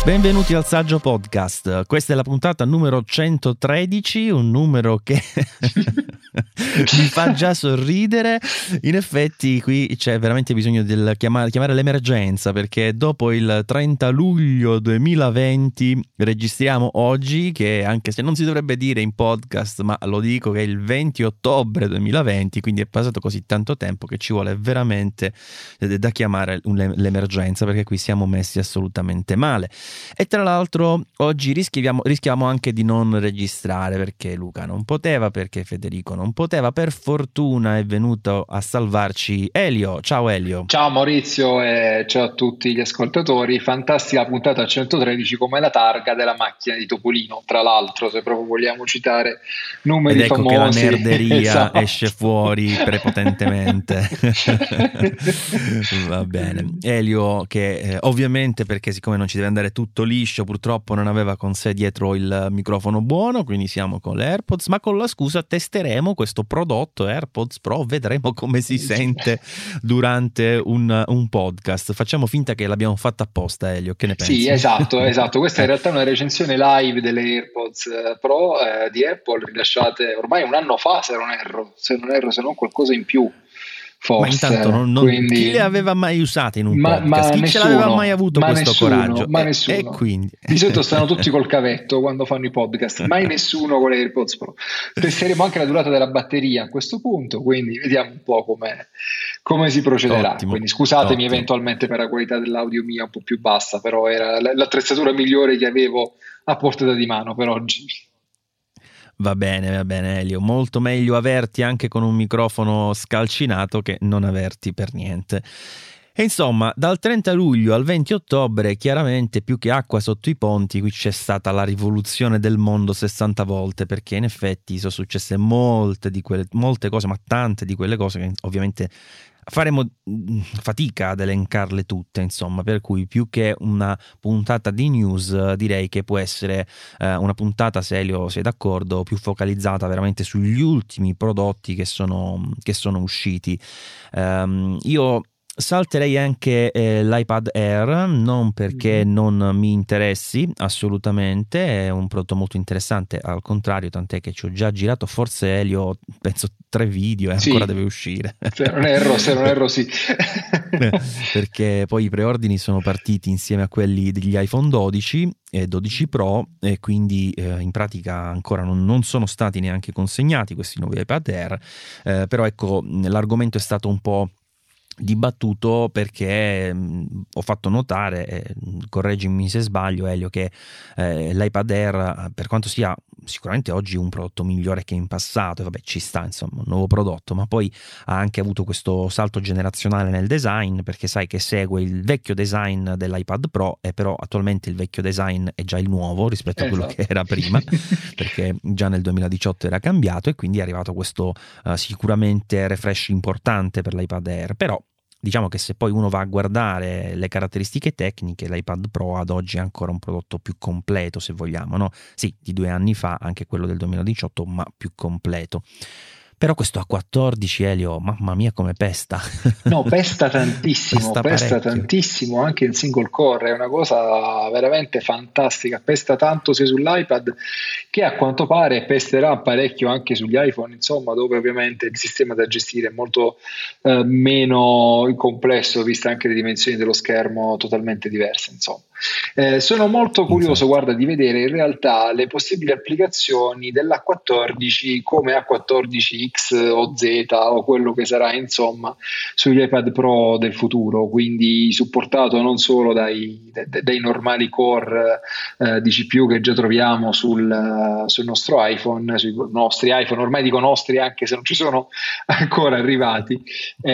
Benvenuti al Saggio Podcast, questa è la puntata numero 113, un numero che mi fa già sorridere. In effetti qui c'è veramente bisogno di chiamare l'emergenza, perché dopo il 30 luglio 2020 registriamo oggi, che anche se non si dovrebbe dire in podcast, ma lo dico, che è il 20 ottobre 2020, quindi è passato così tanto tempo che ci vuole veramente da chiamare l'emergenza, perché qui siamo messi assolutamente male. E tra l'altro oggi rischiamo anche di non registrare, perché Luca non poteva, perché Federico non poteva. Per fortuna è venuto a salvarci Elio. Ciao Elio. Ciao Maurizio e ciao a tutti gli ascoltatori. Fantastica puntata 113 come la targa della macchina di Topolino, tra l'altro, se proprio vogliamo citare numeri Ed ecco famosi. che la nerderia Esatto. esce fuori prepotentemente. Va bene. Elio che ovviamente, perché siccome non ci deve andare tutto liscio, purtroppo non aveva con sé dietro il microfono buono, quindi siamo con le AirPods, ma con la scusa testeremo questo prodotto AirPods Pro, vedremo come si sente durante un podcast. Facciamo finta che l'abbiamo fatta apposta, Elio, che ne pensi? Sì, esatto. Questa è in realtà una recensione live delle AirPods Pro di Apple, rilasciate ormai un anno fa, se non erro, se non qualcosa in più, Ma forse. intanto chi le aveva mai usate in un podcast? Chi ce l'aveva mai avuto questo coraggio? Ma E nessuno. quindi Di solito stanno tutti col cavetto quando fanno i podcast, mai nessuno con le AirPods Pro. Testeremo anche la durata della batteria a questo punto, quindi vediamo un po' come si procederà. ottimo, Quindi scusatemi ottimo. eventualmente per la qualità dell'audio mia un po' più bassa, però era l'attrezzatura migliore che avevo a portata di mano per oggi. Va bene Elio, molto meglio averti anche con un microfono scalcinato che non averti per niente. E insomma, dal 30 luglio al 20 ottobre, chiaramente più che acqua sotto i ponti, qui c'è stata la rivoluzione del mondo 60 volte, perché in effetti sono successe molte cose, ma tante di quelle cose che ovviamente faremo fatica ad elencarle tutte, insomma, per cui più che una puntata di news direi che può essere una puntata, se Elio sei d'accordo, più focalizzata veramente sugli ultimi prodotti che sono usciti. Io salterei anche l'iPad Air, non perché non mi interessi assolutamente, è un prodotto molto interessante, al contrario, tant'è che ci ho già girato, forse Elio, penso 3 video e ancora deve uscire. Se non erro sì. Perché poi i preordini sono partiti insieme a quelli degli iPhone 12 e 12 Pro, e quindi in pratica ancora non sono stati neanche consegnati questi nuovi iPad Air, però ecco, l'argomento è stato un po' dibattuto perché ho fatto notare, correggimi se sbaglio Elio, che l'iPad Air, per quanto sia sicuramente oggi un prodotto migliore che in passato, e vabbè, ci sta, insomma, un nuovo prodotto, ma poi ha anche avuto questo salto generazionale nel design, perché sai che segue il vecchio design dell'iPad Pro, e però attualmente il vecchio design è già il nuovo rispetto a quello che era prima, perché già nel 2018 era cambiato, e quindi è arrivato questo sicuramente refresh importante per l'iPad Air. Però diciamo che se poi uno va a guardare le caratteristiche tecniche, l'iPad Pro ad oggi è ancora un prodotto più completo, se vogliamo, no? Sì, di 2 anni fa, anche quello del 2018, ma più completo. Però questo A14, Elio, mamma mia come pesta. No, pesta tantissimo, pesta tantissimo anche in single core, è una cosa veramente fantastica, pesta tanto sia sull'iPad che a quanto pare pesterà parecchio anche sugli iPhone, insomma, dove ovviamente il sistema da gestire è molto meno complesso, viste anche le dimensioni dello schermo totalmente diverse, insomma. Sono molto curioso, guarda, di vedere in realtà le possibili applicazioni dell'A14 come A14X o Z o quello che sarà, insomma, sugli iPad Pro del futuro, quindi supportato non solo dai normali core di CPU che già troviamo sul nostro iPhone, sui nostri iPhone, ormai dico nostri anche se non ci sono ancora arrivati,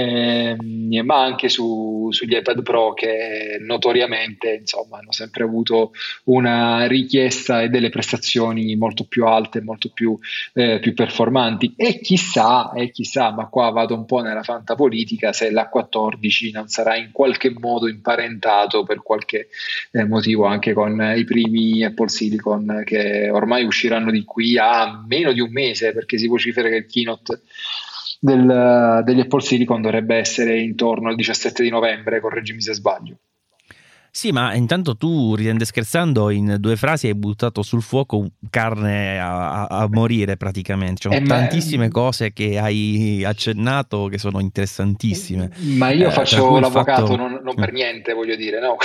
ma anche sugli iPad Pro che notoriamente, insomma, hanno sempre avuto una richiesta e delle prestazioni molto più alte, molto più performanti, e chissà, ma qua vado un po' nella fantapolitica, se l'A14 non sarà in qualche modo imparentato per qualche motivo anche con i primi Apple Silicon che ormai usciranno di qui a meno di un mese, perché si vocifera che il keynote degli Apple Silicon dovrebbe essere intorno al 17 di novembre, correggimi se sbaglio. Sì, ma intanto tu, ridendo e scherzando, in 2 frasi hai buttato sul fuoco carne a morire praticamente. Ci sono tantissime cose che hai accennato che sono interessantissime. Ma io Tra faccio cui il l'avvocato fatto... non per niente, voglio dire, no?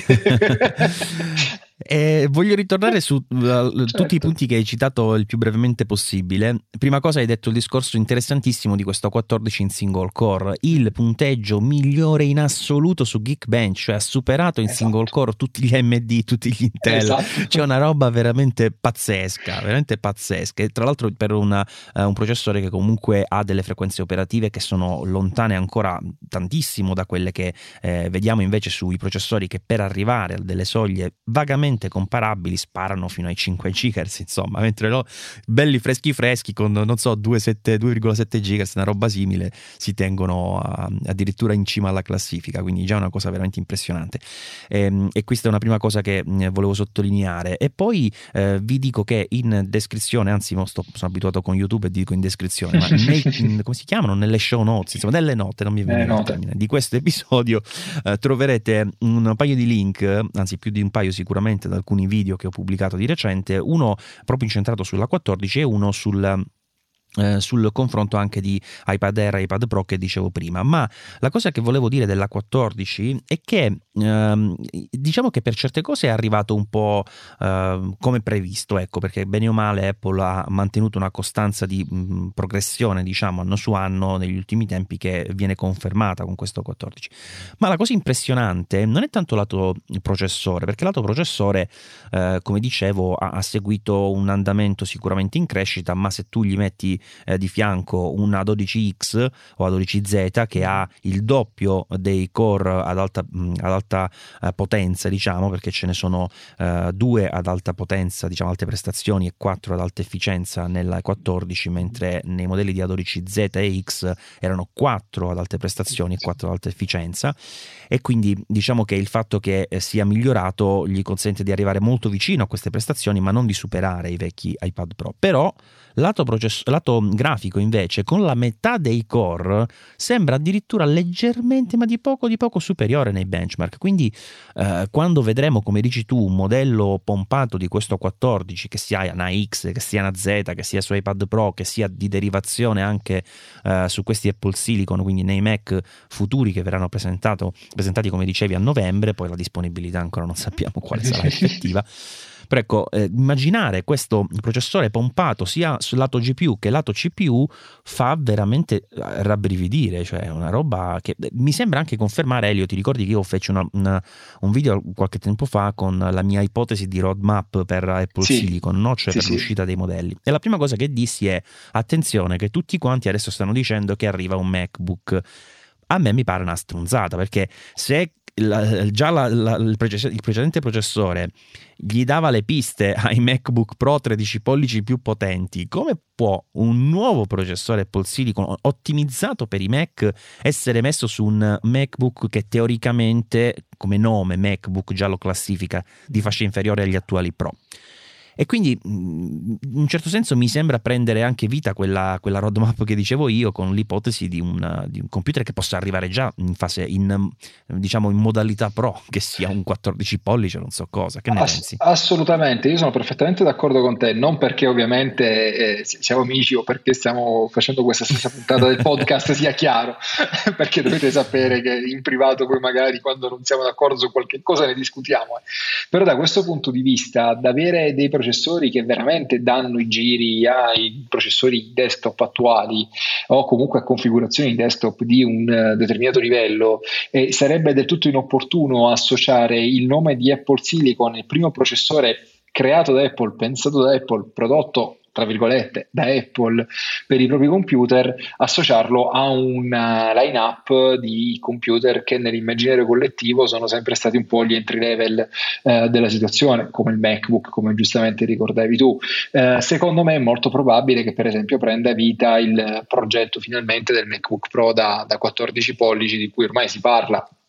voglio ritornare su tutti i Certo. punti che hai citato il più brevemente possibile. Prima cosa hai detto il discorso interessantissimo di questo 14 in single core, il punteggio migliore in assoluto su Geekbench, cioè ha superato in single Esatto. core tutti gli AMD, tutti gli Intel. Esatto. C'è una roba veramente pazzesca, e tra l'altro per un processore che comunque ha delle frequenze operative che sono lontane ancora tantissimo da quelle che vediamo invece sui processori che per arrivare a delle soglie vagamente comparabili sparano fino ai 5 GHz, insomma, mentre no, belli freschi con, non so, 2,7 GHz, una roba simile, si tengono addirittura in cima alla classifica, quindi già una cosa veramente impressionante. E questa è una prima cosa che volevo sottolineare. E poi vi dico che in descrizione, anzi sono abituato con YouTube e dico in descrizione, ma come si chiamano? Nelle show notes, insomma, nelle note, non mi veniva il termine, di questo episodio troverete un paio di link, anzi più di un paio sicuramente, da alcuni video che ho pubblicato di recente, uno proprio incentrato sulla 14 e uno sul confronto anche di iPad Air e iPad Pro che dicevo prima. Ma la cosa che volevo dire della 14 è che diciamo che per certe cose è arrivato un po' come previsto, ecco, perché bene o male Apple ha mantenuto una costanza di progressione, diciamo, anno su anno negli ultimi tempi, che viene confermata con questo 14. Ma la cosa impressionante non è tanto lato processore, perché lato processore come dicevo ha seguito un andamento sicuramente in crescita, ma se tu gli metti di fianco una 12X o a 12Z che ha il doppio dei core ad alta potenza, diciamo, perché ce ne sono 2 ad alta potenza, diciamo alte prestazioni, e 4 ad alta efficienza nella 14, mentre nei modelli di A12Z e X erano 4 ad alte prestazioni e 4 ad alta efficienza, e quindi diciamo che il fatto che sia migliorato gli consente di arrivare molto vicino a queste prestazioni, ma non di superare i vecchi iPad Pro. Però lato grafico invece, con la metà dei core sembra addirittura leggermente, ma di poco superiore nei benchmark. Quindi quando vedremo, come dici tu, un modello pompato di questo 14, che sia una X, che sia una Z, che sia su iPad Pro, che sia di derivazione anche su questi Apple Silicon, quindi nei Mac futuri che verranno presentati come dicevi a novembre, poi la disponibilità ancora non sappiamo quale sarà effettiva. Però ecco, immaginare questo processore pompato sia sul lato GPU che lato CPU fa veramente rabbrividire, cioè è una roba che mi sembra anche confermare. Elio, ti ricordi che io feci un video qualche tempo fa con la mia ipotesi di roadmap per Apple Silicon, no? Cioè per l'uscita dei modelli, e la prima cosa che dissi è: attenzione che tutti quanti adesso stanno dicendo che arriva un MacBook. A me mi pare una stronzata, perché se il precedente processore gli dava le piste ai MacBook Pro 13 pollici più potenti, come può un nuovo processore Apple Silicon ottimizzato per i Mac essere messo su un MacBook che teoricamente, come nome MacBook, già lo classifica di fascia inferiore agli attuali Pro? E quindi in un certo senso mi sembra prendere anche vita quella roadmap che dicevo io, con l'ipotesi di un computer che possa arrivare già in fase, diciamo in modalità Pro, che sia un 14 pollici, non so cosa. Che ne pensi? Assolutamente, io sono perfettamente d'accordo con te, non perché ovviamente siamo amici o perché stiamo facendo questa stessa puntata del podcast, sia chiaro, perché dovete sapere che in privato poi magari quando non siamo d'accordo su qualche cosa ne discutiamo. Però da questo punto di vista, ad avere dei processori che veramente danno i giri ai processori desktop attuali o comunque a configurazioni desktop di un determinato livello, sarebbe del tutto inopportuno associare il nome di Apple Silicon, il primo processore creato da Apple, pensato da Apple, prodotto tra virgolette da Apple per i propri computer, associarlo a una line-up di computer che nell'immaginario collettivo sono sempre stati un po' gli entry level della situazione, come il MacBook, come giustamente ricordavi tu. Secondo me è molto probabile che per esempio prenda vita il progetto finalmente del MacBook Pro da 14 pollici, di cui ormai si parla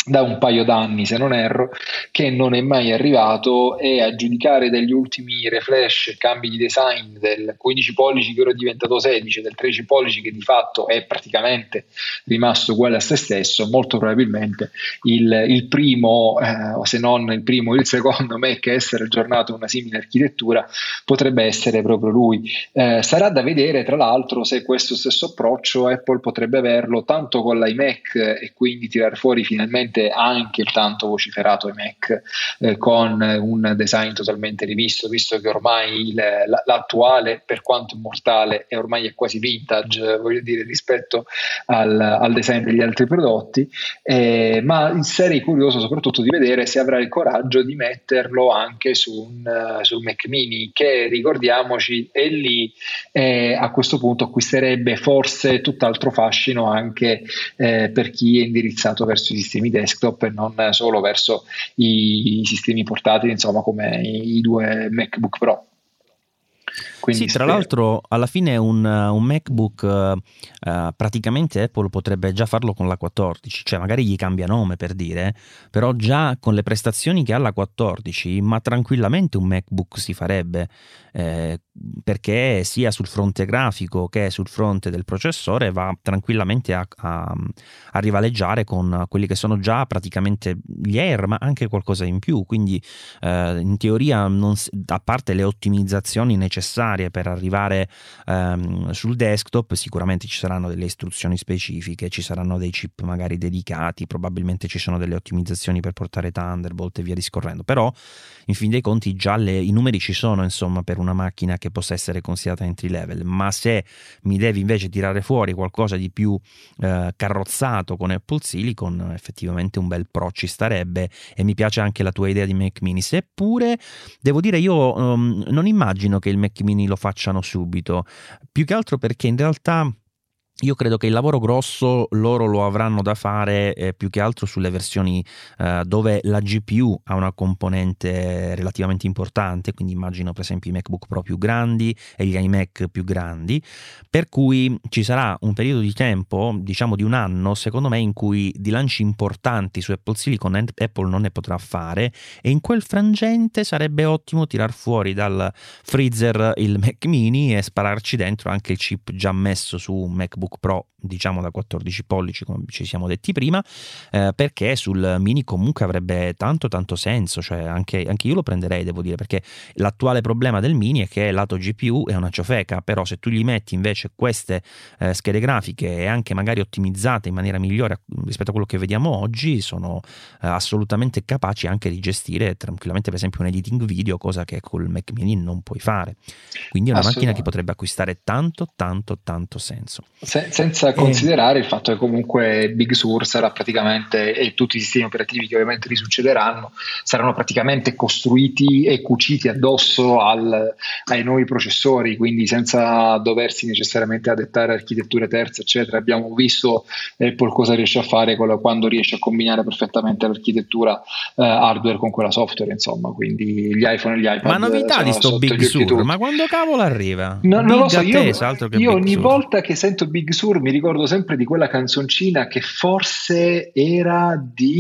da un paio d'anni se non erro, che non è mai arrivato, e a giudicare dagli ultimi refresh, cambi di design del 15 pollici che ora è diventato 16, del 13 pollici che di fatto è praticamente rimasto uguale a se stesso, molto probabilmente il primo, o se non il primo, il secondo Mac a essere aggiornato a una simile architettura potrebbe essere proprio lui. Sarà da vedere tra l'altro se questo stesso approccio Apple potrebbe averlo tanto con l'iMac, e quindi tirar fuori finalmente anche il tanto vociferato iMac con un design totalmente rivisto, visto che ormai l'attuale, per quanto immortale, è ormai è quasi vintage, voglio dire, rispetto al design degli altri prodotti, ma sarei curioso soprattutto di vedere se avrà il coraggio di metterlo anche sul Mac Mini, che ricordiamoci è lì, a questo punto acquisterebbe forse tutt'altro fascino anche per chi è indirizzato verso i sistemi desktop e non solo verso i sistemi portatili, insomma, come i due MacBook Pro. Quindi sì, tra l'altro alla fine un MacBook praticamente Apple potrebbe già farlo con la 14, cioè magari gli cambia nome per dire, però già con le prestazioni che ha la 14, ma tranquillamente un MacBook si farebbe, perché sia sul fronte grafico che sul fronte del processore va tranquillamente a rivaleggiare con quelli che sono già praticamente gli Air, ma anche qualcosa in più, quindi in teoria a parte le ottimizzazioni necessarie per arrivare sul desktop, sicuramente ci saranno delle istruzioni specifiche, ci saranno dei chip magari dedicati, probabilmente ci sono delle ottimizzazioni per portare Thunderbolt e via discorrendo, però in fin dei conti già i numeri ci sono, insomma, per una macchina che possa essere considerata entry level. Ma se mi devi invece tirare fuori qualcosa di più carrozzato con Apple Silicon, effettivamente un bel Pro ci starebbe, e mi piace anche la tua idea di Mac Mini, seppure devo dire io non immagino che il Mac Mini lo facciano subito, più che altro perché in realtà io credo che il lavoro grosso loro lo avranno da fare più che altro sulle versioni dove la GPU ha una componente relativamente importante, quindi immagino per esempio i MacBook Pro più grandi e gli iMac più grandi, per cui ci sarà un periodo di tempo, diciamo di un anno, secondo me, in cui di lanci importanti su Apple Silicon Apple non ne potrà fare, e in quel frangente sarebbe ottimo tirar fuori dal freezer il Mac Mini e spararci dentro anche il chip già messo su un MacBook Pro, diciamo da 14 pollici come ci siamo detti prima, perché sul Mini comunque avrebbe tanto senso, cioè anche io lo prenderei, devo dire, perché l'attuale problema del Mini è che lato GPU è una ciofeca, però se tu gli metti invece queste schede grafiche e anche magari ottimizzate in maniera migliore rispetto a quello che vediamo oggi, sono assolutamente capaci anche di gestire tranquillamente per esempio un editing video, cosa che col Mac Mini non puoi fare, quindi è una macchina che potrebbe acquistare tanto senso. Senza considerare il fatto che comunque Big Sur sarà praticamente, e tutti i sistemi operativi che ovviamente li succederanno saranno praticamente costruiti e cuciti addosso ai nuovi processori, quindi senza doversi necessariamente adattare a architetture terze eccetera. Abbiamo visto Apple cosa riesce a fare quando riesce a combinare perfettamente l'architettura hardware con quella software, insomma, quindi gli iPhone e gli iPad. Ma novità di sto Big Sur, ma quando cavolo arriva? Non lo so, io ogni Sur. volta che sento Big Sur mi ricordo sempre di quella canzoncina che forse era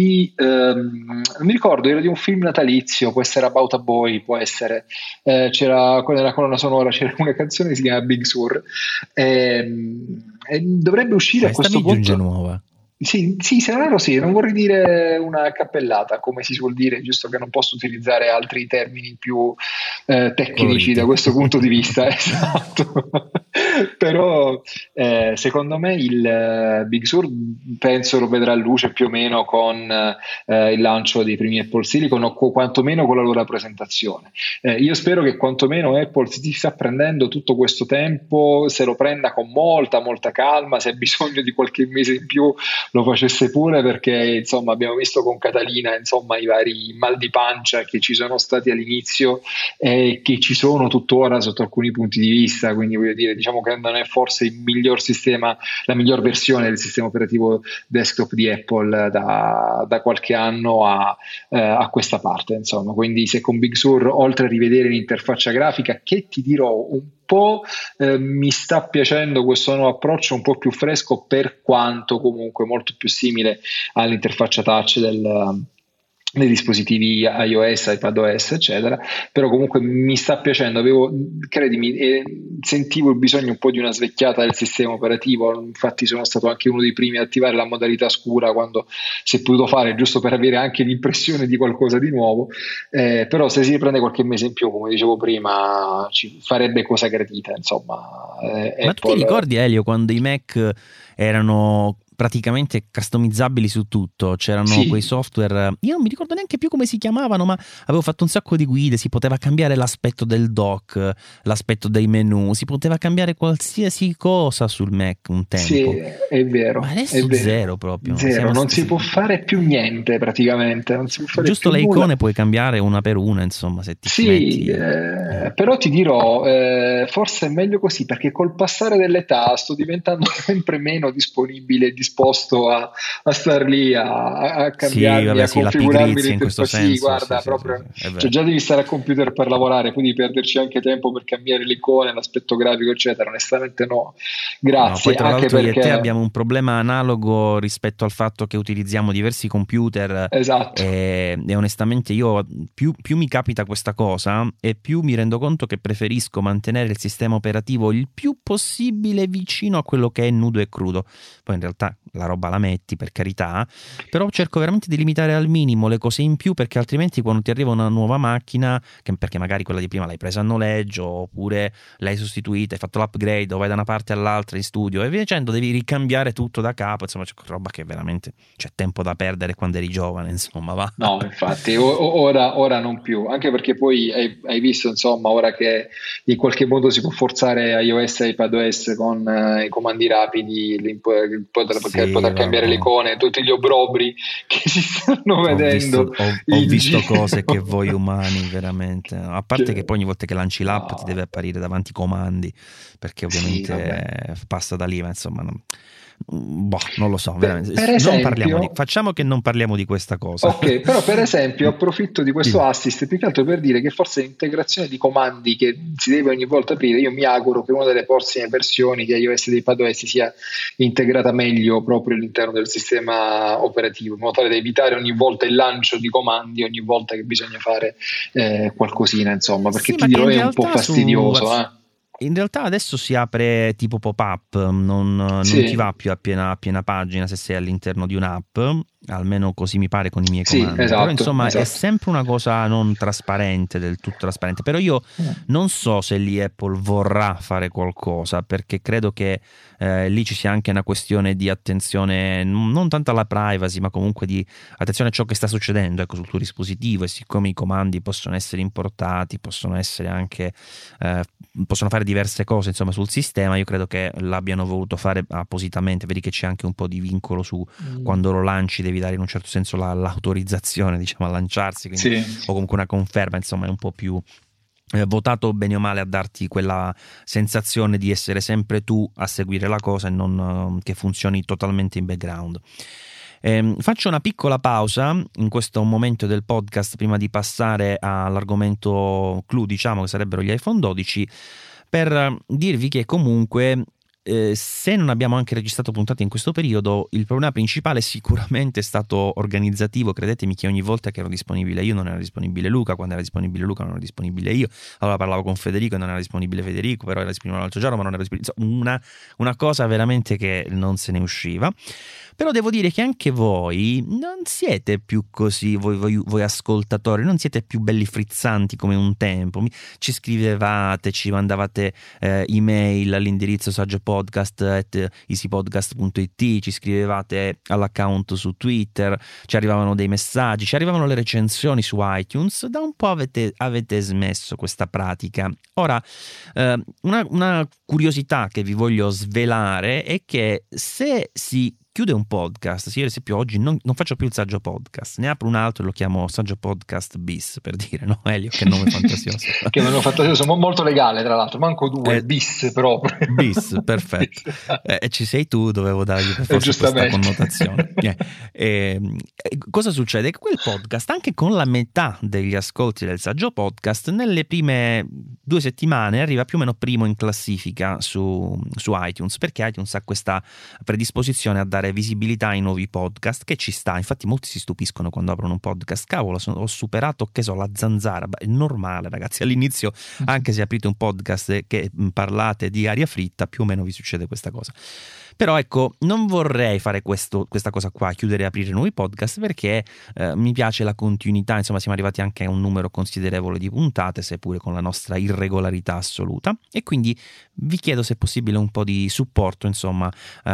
non mi ricordo, era di un film natalizio, può essere About a Boy, può essere, c'era nella colonna sonora, c'era una canzone che si chiama Big Sur, e dovrebbe uscire a questo punto nuova. Sì, se non ero non vorrei dire una cappellata, come si suol dire, giusto che non posso utilizzare altri termini più tecnici da questo punto di vista, esatto. Però secondo me il Big Sur penso lo vedrà luce più o meno con il lancio dei primi Apple Silicon, o quantomeno con la loro presentazione. Io spero che quantomeno Apple si sta prendendo tutto questo tempo, se lo prenda con molta calma, se ha bisogno di qualche mese in più lo facesse pure, perché insomma abbiamo visto con Catalina insomma i vari mal di pancia che ci sono stati all'inizio e che ci sono tuttora sotto alcuni punti di vista, quindi voglio dire, diciamo che non è forse il miglior sistema, la miglior versione del sistema operativo desktop di Apple da qualche anno a questa parte, insomma. Quindi se con Big Sur, oltre a rivedere l'interfaccia grafica, che ti dirò un po' mi sta piacendo questo nuovo approccio un po' più fresco, per quanto comunque molto più simile all'interfaccia touch dei dispositivi iOS, iPadOS, eccetera, però comunque mi sta piacendo. Credimi, sentivo il bisogno un po' di una svecchiata del sistema operativo, infatti sono stato anche uno dei primi ad attivare la modalità scura quando si è potuto fare, giusto per avere anche l'impressione di qualcosa di nuovo, però se si prende qualche mese in più, come dicevo prima, ci farebbe cosa gradita, insomma. Ma tu ti ricordi, Elio, quando i Mac erano praticamente customizzabili su tutto, c'erano quei software, io non mi ricordo neanche più come si chiamavano, ma avevo fatto un sacco di guide, si poteva cambiare l'aspetto del dock, l'aspetto dei menu, si poteva cambiare qualsiasi cosa sul Mac un tempo. Sì, è vero. Ma adesso è vero. Zero proprio. Zero, non si può fare più niente praticamente, non si può fare giusto più le icone nulla. Puoi cambiare una per una, insomma, se ti metti. Però ti dirò, forse è meglio così, perché col passare dell'età sto diventando sempre meno disponibile e disposto a star lì a cambiarmi, a configurarmi in questo senso. Sì, guarda, proprio, cioè già devi stare al computer per lavorare, quindi perderci anche tempo per cambiare le icone, l'aspetto grafico, eccetera. Onestamente no, grazie. No, poi tra anche l'altro perché io e te abbiamo un problema analogo rispetto al fatto che utilizziamo diversi computer. Esatto. E onestamente io più mi capita questa cosa e più mi rendo conto che preferisco mantenere il sistema operativo il più possibile vicino a quello che è nudo e crudo. Poi in realtà la roba la metti, per carità, però cerco veramente di limitare al minimo le cose in più, perché altrimenti quando ti arriva una nuova macchina, perché magari quella di prima l'hai presa a noleggio oppure l'hai sostituita, hai fatto l'upgrade o vai da una parte all'altra in studio e via dicendo, devi ricambiare tutto da capo, insomma c'è roba che veramente c'è tempo da perdere quando eri giovane, insomma, va. No, infatti ora non più, anche perché poi hai visto, insomma, ora che in qualche modo si può forzare iOS e iPadOS con i comandi rapidi, poter cambiare le icone, tutti gli obbrobri che si stanno vedendo. Ho visto cose che voi umani veramente, a parte che poi ogni volta che lanci l'app ti deve apparire davanti i comandi, perché ovviamente passa da lì, ma insomma non lo so, veramente. Facciamo che non parliamo di questa cosa. Ok, però per esempio approfitto di questo assist più che altro per dire che forse l'integrazione di comandi che si deve ogni volta aprire, io mi auguro che una delle prossime versioni di iOS e di iPadOS sia integrata meglio proprio all'interno del sistema operativo, in modo tale da evitare ogni volta il lancio di comandi ogni volta che bisogna fare qualcosina, insomma, perché ti dirò è un po' fastidioso. In realtà adesso si apre tipo pop-up, non ti va più a piena pagina se sei all'interno di un'app, almeno così mi pare con i miei comandi. Esatto, però insomma esatto. È sempre una cosa non trasparente, del tutto trasparente. Però io non so se lì Apple vorrà fare qualcosa, perché credo che lì ci sia anche una questione di attenzione, non tanto alla privacy, ma comunque di attenzione a ciò che sta succedendo sul tuo dispositivo. E siccome i comandi possono essere importati, possono essere anche possono fare diverse cose insomma sul sistema, io credo che l'abbiano voluto fare appositamente. Vedi che c'è anche un po' di vincolo su quando lo lanci, devi dare in un certo senso l'autorizzazione, diciamo, a lanciarsi, quindi, o comunque una conferma, insomma è un po' più votato bene o male a darti quella sensazione di essere sempre tu a seguire la cosa e non che funzioni totalmente in background. Faccio una piccola pausa in questo momento del podcast prima di passare all'argomento clou, diciamo, che sarebbero gli iPhone 12, per dirvi che comunque se non abbiamo anche registrato puntate in questo periodo, il problema principale sicuramente è stato organizzativo. Credetemi che ogni volta che ero disponibile io non era disponibile Luca, quando era disponibile Luca non ero disponibile io, allora parlavo con Federico e non era disponibile Federico, però era disponibile un altro giorno ma non era disponibile, insomma, una cosa veramente che non se ne usciva. Però devo dire che anche voi non siete più così, voi ascoltatori, non siete più belli frizzanti come un tempo. Ci scrivevate, ci mandavate email all'indirizzo saggepodcast@easypodcast.it, ci scrivevate all'account su Twitter, ci arrivavano dei messaggi, ci arrivavano le recensioni su iTunes. Da un po' avete smesso questa pratica. Ora, una curiosità che vi voglio svelare è che se si chiude un podcast, io ad esempio oggi non faccio più il Saggio Podcast, ne apro un altro e lo chiamo Saggio Podcast bis, per dire, no Elio, che nome fantasioso. Che nome fantasioso, molto legale tra l'altro, manco due, bis proprio. Bis, perfetto. E ci sei tu, dovevo dargli per forza questa connotazione. Cosa succede? Che quel podcast, anche con la metà degli ascolti del Saggio Podcast, nelle prime 2 settimane arriva più o meno primo in classifica su iTunes, perché iTunes ha questa predisposizione a dare visibilità ai nuovi podcast, che ci sta. Infatti molti si stupiscono quando aprono un podcast, cavolo, ho superato, che so, la zanzara. È normale, ragazzi, all'inizio anche se aprite un podcast che parlate di aria fritta, più o meno vi succede questa cosa. Però ecco, non vorrei fare questa cosa qua, chiudere e aprire nuovi podcast, perché mi piace la continuità. Insomma, siamo arrivati anche a un numero considerevole di puntate, seppure con la nostra irregolarità assoluta, e quindi vi chiedo, se possibile, un po' di supporto, insomma,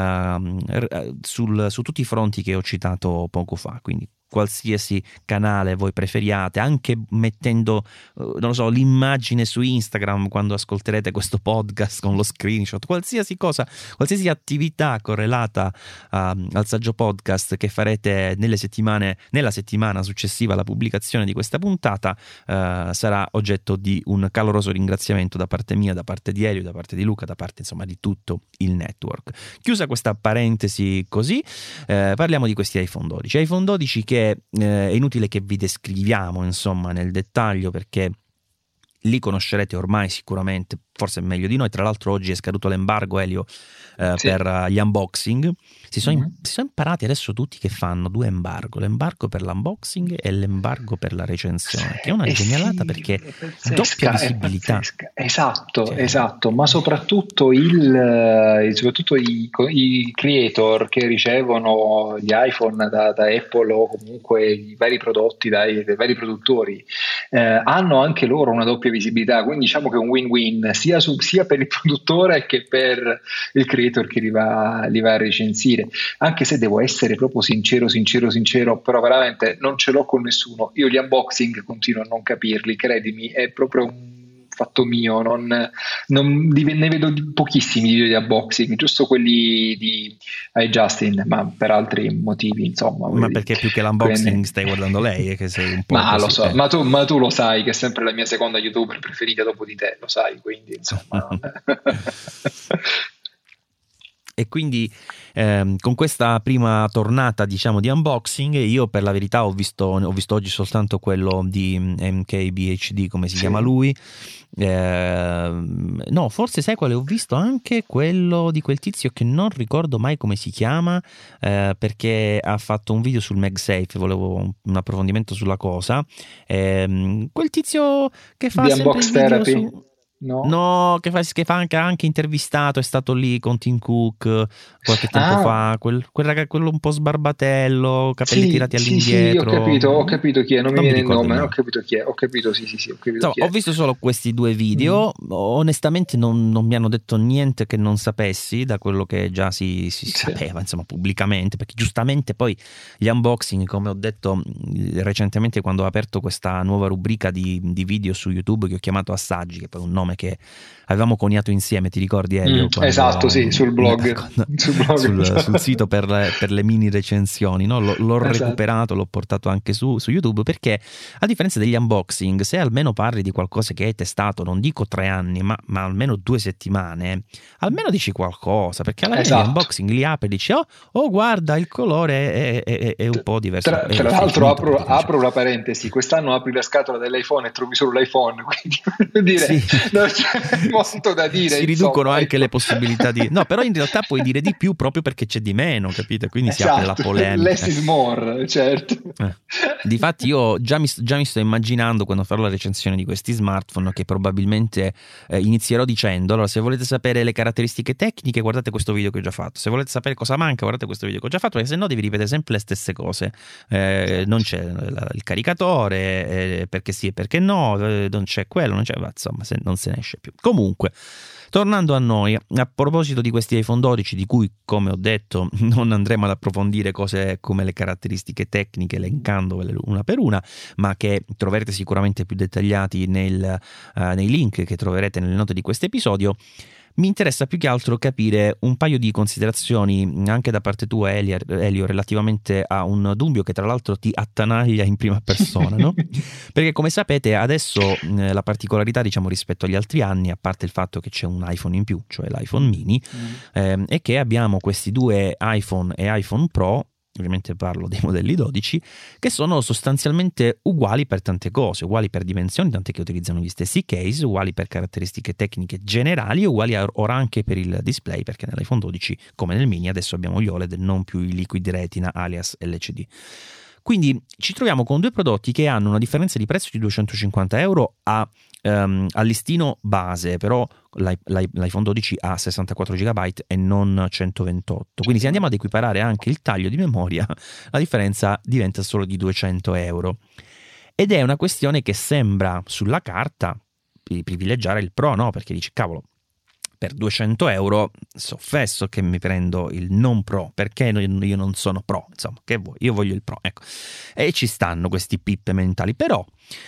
su tutti i fronti che ho citato poco fa. Quindi qualsiasi canale voi preferiate, anche mettendo, non lo so, l'immagine su Instagram quando ascolterete questo podcast con lo screenshot, qualsiasi cosa, qualsiasi attività correlata al Saggio Podcast che farete nella settimana successiva alla pubblicazione di questa puntata, sarà oggetto di un caloroso ringraziamento da parte mia, da parte di Elio, da parte di Luca, da parte insomma di tutto il network. Chiusa questa parentesi così, parliamo di questi iPhone 12. iPhone 12 che è inutile che vi descriviamo insomma nel dettaglio, perché li conoscerete ormai sicuramente, forse meglio di noi. Tra l'altro oggi è scaduto l'embargo, Elio, sì, per gli unboxing. Si sono imparati adesso tutti che fanno 2 embargo: l'embargo per l'unboxing e l'embargo per la recensione, che è una genialata, sì, perché doppia visibilità. Esatto, ma soprattutto soprattutto i creator che ricevono gli iPhone da Apple, o comunque i vari prodotti dai vari produttori, hanno anche loro una doppia visibilità, quindi diciamo che è un win-win sia per il produttore che per il creator che li va a recensire. Anche se devo essere proprio sincero, però veramente non ce l'ho con nessuno. Io gli unboxing continuo a non capirli, credimi, è proprio un fatto mio. Ne vedo pochissimi video di unboxing, giusto quelli di iJustin, ma per altri motivi, insomma. Ma perché più che l'unboxing stai guardando lei, che sei un po'. Ma lo so, ma tu lo sai che è sempre la mia seconda YouTuber preferita dopo di te, lo sai, quindi insomma. E quindi con questa prima tornata, diciamo, di unboxing, io per la verità ho visto oggi soltanto quello di MKBHD, come si chiama lui. No, forse sai quale ho visto? Anche quello di quel tizio che non ricordo mai come si chiama, perché ha fatto un video sul MagSafe, volevo un approfondimento sulla cosa. Quel tizio che fa di sempre Unbox video Therapy. No, che fa anche intervistato, è stato lì con Tim Cook qualche tempo fa, quello un po' sbarbatello, capelli tirati all'indietro. Sì, ho capito chi è, non mi viene il nome, ho capito chi è, ho capito chi è. Ho visto solo questi 2 video, onestamente non mi hanno detto niente che non sapessi, da quello che già si sapeva, insomma, pubblicamente, perché giustamente poi gli unboxing, come ho detto recentemente quando ho aperto questa nuova rubrica di video su YouTube che ho chiamato Assaggi, che poi è un nome che avevamo coniato insieme, ti ricordi, Elio? Esatto, sì, sul blog, sul sito per le mini recensioni, no? L'ho recuperato, l'ho portato anche su YouTube, perché a differenza degli unboxing, se almeno parli di qualcosa che hai testato, non dico 3 anni, ma almeno 2 settimane, almeno dici qualcosa, perché alla fine gli unboxing li apri e dici oh guarda, il colore è un po' diverso. Tra l'altro apro una parentesi, quest'anno apri la scatola dell'iPhone e trovi solo l'iPhone, quindi voglio dire, sì, non c'è molto da dire. Si riducono anche le possibilità di... No, però in realtà puoi dire di più proprio perché c'è di meno, capite? Quindi si apre la polemica. Less is more, certo. Difatti io già mi sto immaginando, quando farò la recensione di questi smartphone, che probabilmente inizierò dicendo: allora, se volete sapere le caratteristiche tecniche, guardate questo video che ho già fatto. Se volete sapere cosa manca, guardate questo video che ho già fatto, perché se no devi ripetere sempre le stesse cose. Non c'è il caricatore, perché sì e perché no, non c'è quello, non c'è, insomma, non se ne esce più. Comunque, tornando a noi, a proposito di questi iPhone 12, di cui, come ho detto, non andremo ad approfondire cose come le caratteristiche tecniche, elencandole una per una, ma che troverete sicuramente più dettagliati nei link che troverete nelle note di questo episodio, Mi interessa più che altro capire un paio di considerazioni anche da parte tua, Elio, relativamente a un dubbio che tra l'altro ti attanaglia in prima persona, no? Perché come sapete adesso la particolarità, diciamo, rispetto agli altri anni, a parte il fatto che c'è un iPhone in più, cioè l'iPhone mini, è che abbiamo questi due iPhone e iPhone Pro, ovviamente parlo dei modelli 12, che sono sostanzialmente uguali per tante cose, uguali per dimensioni, tant'è che utilizzano gli stessi case, uguali per caratteristiche tecniche generali, uguali ora anche per il display, perché nell'iPhone 12, come nel mini, adesso abbiamo gli OLED, non più i Liquid Retina alias LCD. Quindi ci troviamo con due prodotti che hanno una differenza di prezzo di 250 euro al listino base, però l'iPhone 12 ha 64 GB e non 128. Quindi se andiamo ad equiparare anche il taglio di memoria, la differenza diventa solo di 200 euro. Ed è una questione che sembra sulla carta privilegiare il Pro, no? Perché dici, cavolo, per 200 euro soffesso che mi prendo il non Pro, perché io non sono Pro, insomma, che vuoi? Io voglio il Pro, ecco. E ci stanno questi pippe mentali, però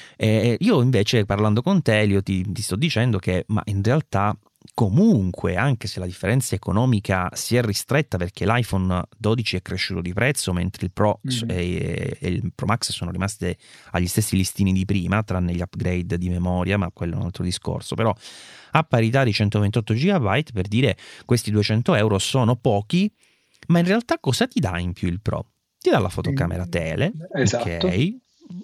io invece parlando con te, Elio, ti sto dicendo che ma in realtà comunque, anche se la differenza economica si è ristretta perché l'iPhone 12 è cresciuto di prezzo mentre il Pro e il Pro Max sono rimasti agli stessi listini di prima, tranne gli upgrade di memoria, ma quello è un altro discorso, però a parità di 128 GB, per dire, questi 200 euro sono pochi, ma in realtà cosa ti dà in più il Pro? Ti dà la fotocamera tele, esatto. Ok,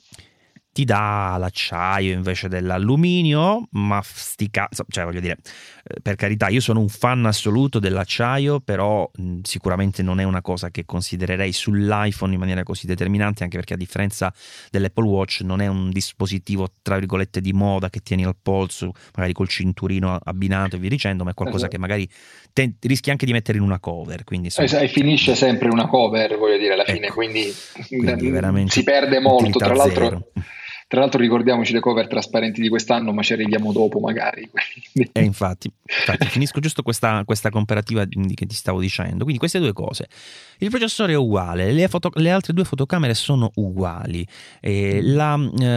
ti dà l'acciaio invece dell'alluminio, ma cioè voglio dire, per carità, io sono un fan assoluto dell'acciaio, però sicuramente non è una cosa che considererei sull'iPhone in maniera così determinante, anche perché a differenza dell'Apple Watch non è un dispositivo tra virgolette di moda che tieni al polso, magari col cinturino abbinato e via dicendo, ma è qualcosa che magari rischi anche di mettere in una cover, quindi e finisce sempre una cover, voglio dire, alla fine, quindi veramente si perde molto. Tra l'altro ricordiamoci le cover trasparenti di quest'anno, ma ci arriviamo dopo magari. Infatti finisco giusto questa comparativa che ti stavo dicendo. Quindi queste due cose. Il processore è uguale, le altre due fotocamere sono uguali, la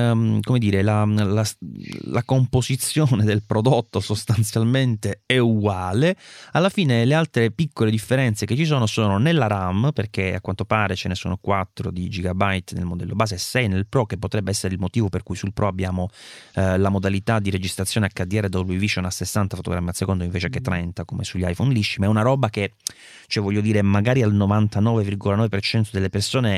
composizione del prodotto sostanzialmente è uguale. Alla fine le altre piccole differenze che ci sono nella RAM, perché a quanto pare ce ne sono 4 di gigabyte nel modello base e 6 nel Pro, che potrebbe essere il motivo per cui sul Pro abbiamo la modalità di registrazione HDR Dolby Vision a 60 fotogrammi al secondo invece che 30 come sugli iPhone lisci, ma è una roba che, cioè voglio dire, magari al 99,9% delle persone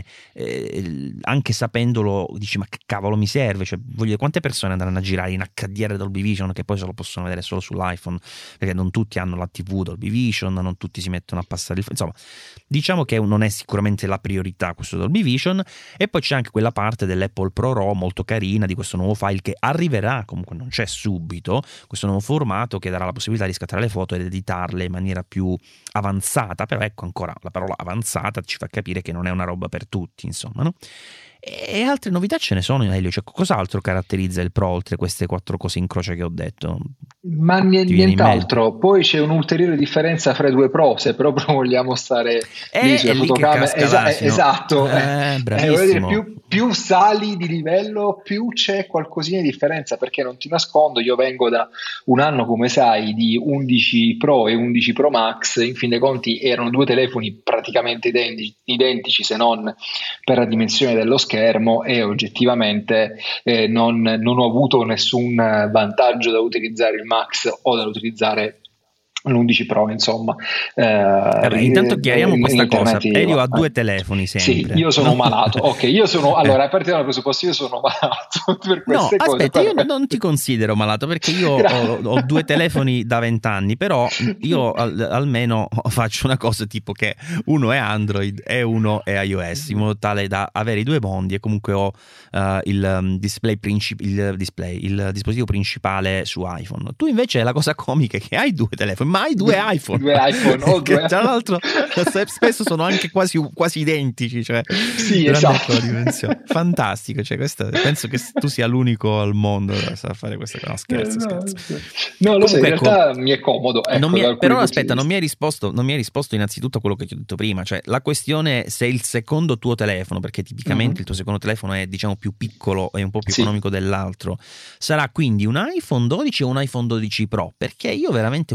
anche sapendolo dici ma che cavolo mi serve, cioè voglio dire, quante persone andranno a girare in HDR Dolby Vision che poi se lo possono vedere solo sull'iPhone, perché non tutti hanno la TV Dolby Vision, non tutti si mettono a passare insomma, diciamo che non è sicuramente la priorità questo Dolby Vision. E poi c'è anche quella parte dell'Apple Pro RAW molto carina di questo nuovo file che arriverà, comunque non c'è subito, questo nuovo formato che darà la possibilità di scattare le foto ed editarle in maniera più avanzata, però ecco, ancora la parola avanzata ci fa capire che non è una roba per tutti, insomma, no? E altre novità ce ne sono, Elio, cioè cos'altro caratterizza il Pro oltre queste 4 cose in croce che ho detto? Ma nient'altro. Poi c'è un'ulteriore differenza fra i due Pro, se proprio vogliamo stare lì sulla fotocamera. Esatto. Bravissimo. Dire, più sali di livello, più c'è qualcosina di differenza, perché non ti nascondo, io vengo da un anno, come sai, di 11 Pro e 11 Pro Max, in fin dei conti erano due telefoni praticamente identici se non per la dimensione dello schermo, e oggettivamente non ho avuto nessun vantaggio da utilizzare il Max o da utilizzare l'11 Pro, insomma. Intanto chiariamo questa cosa. Elio ha due telefoni sempre. Sì, io sono malato. Ok, io sono allora, a partire dal presupposto, io sono malato per queste cose. Aspetta, io non ti considero malato perché io ho 2 telefoni da 20 anni, però io almeno faccio una cosa tipo che uno è Android e uno è iOS, in modo tale da avere i due mondi, e comunque ho il dispositivo principale su iPhone. Tu invece la cosa comica è che hai 2 telefoni, ma hai 2 iPhone. Che tra l'altro spesso sono anche quasi identici, cioè sì, esatto. Fantastico, cioè penso che tu sia l'unico al mondo che sa fare questa cosa. Scherzo. No, lo so, in realtà mi è comodo. Però aspetta, non mi hai risposto innanzitutto a quello che ti ho detto prima, cioè la questione se il secondo tuo telefono, perché tipicamente il tuo secondo telefono è diciamo più piccolo e un po' più economico dell'altro, sarà quindi un iPhone 12 o un iPhone 12 Pro? Perché io veramente questo 12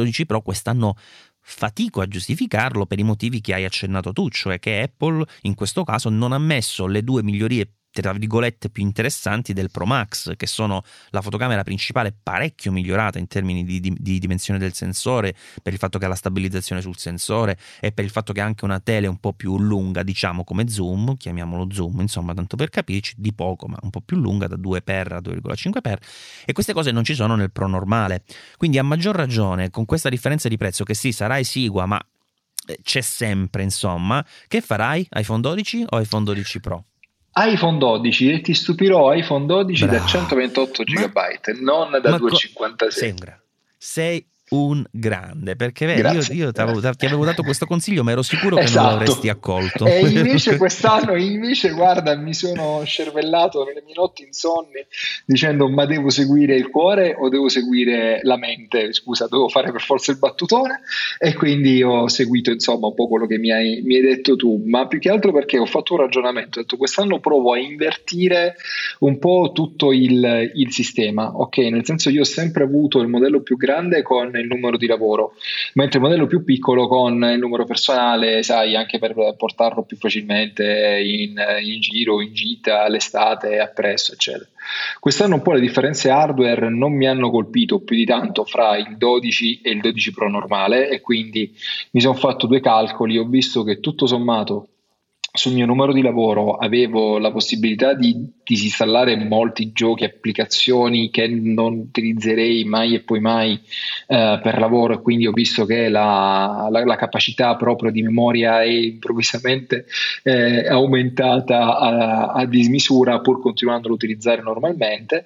12 Pro quest'anno fatico a giustificarlo per i motivi che hai accennato tu, cioè che Apple in questo caso non ha messo le due migliorie tra virgolette più interessanti del Pro Max, che sono la fotocamera principale parecchio migliorata in termini di dimensione del sensore, per il fatto che ha la stabilizzazione sul sensore e per il fatto che ha anche una tele un po' più lunga, diciamo come zoom, chiamiamolo zoom, insomma, tanto per capirci, di poco, ma un po' più lunga, da 2x a 2,5x, e queste cose non ci sono nel Pro normale. Quindi a maggior ragione, con questa differenza di prezzo, che sì, sarà esigua, ma c'è sempre, insomma, che farai? iPhone 12 o iPhone 12 Pro? iPhone 12, e ti stupirò, iPhone 12 Bravo. Da 128 GB, non da 256. Sei un grande, perché vedi, io ti avevo dato questo consiglio, ma ero sicuro che esatto. non l'avresti accolto. E invece quest'anno, guarda, mi sono scervellato nelle mie notti insonni dicendo: ma devo seguire il cuore o devo seguire la mente? Scusa, devo fare per forza il battutone, e quindi ho seguito insomma un po' quello che mi hai detto tu, ma più che altro perché ho fatto un ragionamento, ho detto: quest'anno provo a invertire un po' tutto il sistema, ok? Nel senso, io ho sempre avuto il modello più grande con il numero di lavoro, mentre il modello più piccolo con il numero personale, sai, anche per portarlo più facilmente in giro, in gita, all'estate, appresso, eccetera. Quest'anno un po' le differenze hardware non mi hanno colpito più di tanto fra il 12 e il 12 Pro normale, e quindi mi sono fatto due calcoli, ho visto che tutto sommato sul mio numero di lavoro avevo la possibilità di disinstallare molti giochi, applicazioni che non utilizzerei mai e poi mai per lavoro, e quindi ho visto che la capacità proprio di memoria è improvvisamente aumentata a dismisura, pur continuando ad utilizzare normalmente,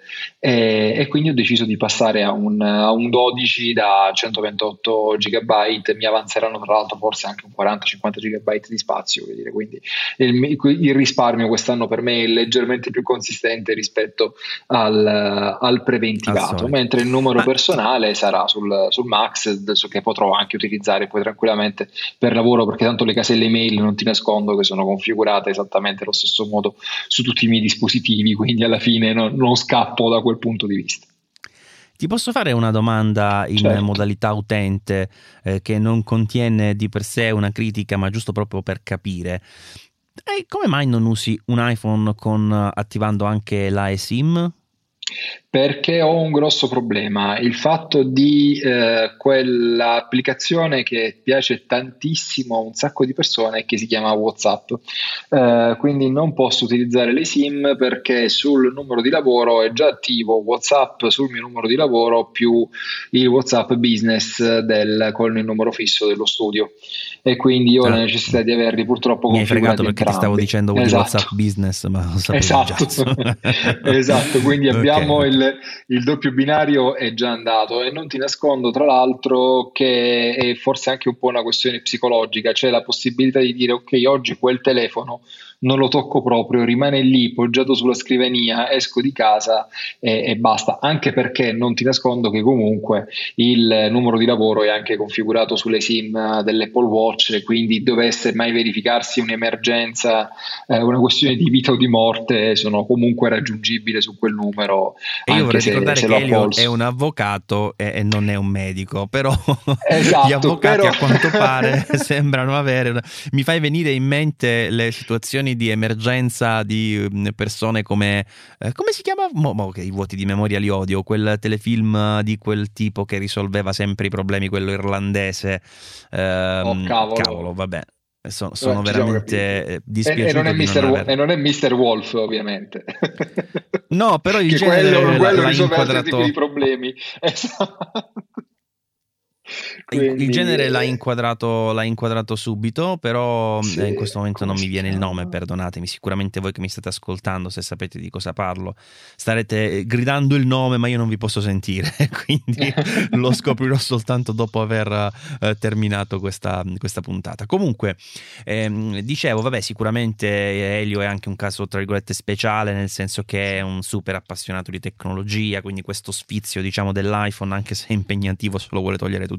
e quindi ho deciso di passare a un 12 da 128 GB. Mi avanzeranno tra l'altro forse anche un 40-50 GB di spazio, voglio dire, quindi il risparmio quest'anno per me è leggermente più consistente rispetto al preventivato, mentre il numero personale sarà sul Max, che potrò anche utilizzare poi tranquillamente per lavoro, perché tanto le caselle email non ti nascondo che sono configurate esattamente allo stesso modo su tutti i miei dispositivi, quindi alla fine non scappo da quel punto di vista. Ti posso fare una domanda in modalità utente che non contiene di per sé una critica, ma giusto proprio per capire? Come mai non usi un iPhone attivando anche la eSIM? Perché ho un grosso problema, il fatto di quell'applicazione che piace tantissimo a un sacco di persone, che si chiama WhatsApp, quindi non posso utilizzare le SIM perché sul numero di lavoro è già attivo WhatsApp sul mio numero di lavoro più il WhatsApp business con il numero fisso dello studio, e quindi io ho la necessità di averli purtroppo configurati. Mi hai fregato perché entrambi. Ti stavo dicendo di WhatsApp business, ma lo sapevo esatto, quindi abbiamo il doppio binario è già andato, e non ti nascondo tra l'altro che è forse anche un po' una questione psicologica, c'è la possibilità di dire: ok, oggi quel telefono non lo tocco proprio, rimane lì poggiato sulla scrivania, esco di casa e basta, anche perché non ti nascondo che comunque il numero di lavoro è anche configurato sulle SIM dell'Apple Watch, quindi dovesse mai verificarsi un'emergenza, una questione di vita o di morte, sono comunque raggiungibile su quel numero. E io vorrei ricordare che Elio è un avvocato e non è un medico, però gli avvocati a quanto pare sembrano avere mi fai venire in mente le situazioni di emergenza di persone come si chiama? I vuoti di memoria li odio, quel telefilm di quel tipo che risolveva sempre i problemi, quello irlandese. Cavolo, vabbè. Sono veramente dispiaciuto e non è Mr. Wolf, ovviamente. No, però il genere l'ha inquadrato. I problemi. Quindi, il genere l'ha inquadrato subito, però in questo momento non mi viene il nome, perdonatemi. Sicuramente voi che mi state ascoltando, se sapete di cosa parlo, starete gridando il nome, ma io non vi posso sentire, quindi lo scoprirò soltanto dopo aver terminato questa puntata. Comunque, dicevo, vabbè, sicuramente Elio è anche un caso tra virgolette speciale, nel senso che è un super appassionato di tecnologia, quindi questo sfizio, diciamo, dell'iPhone, anche se è impegnativo, se lo vuole togliere tutti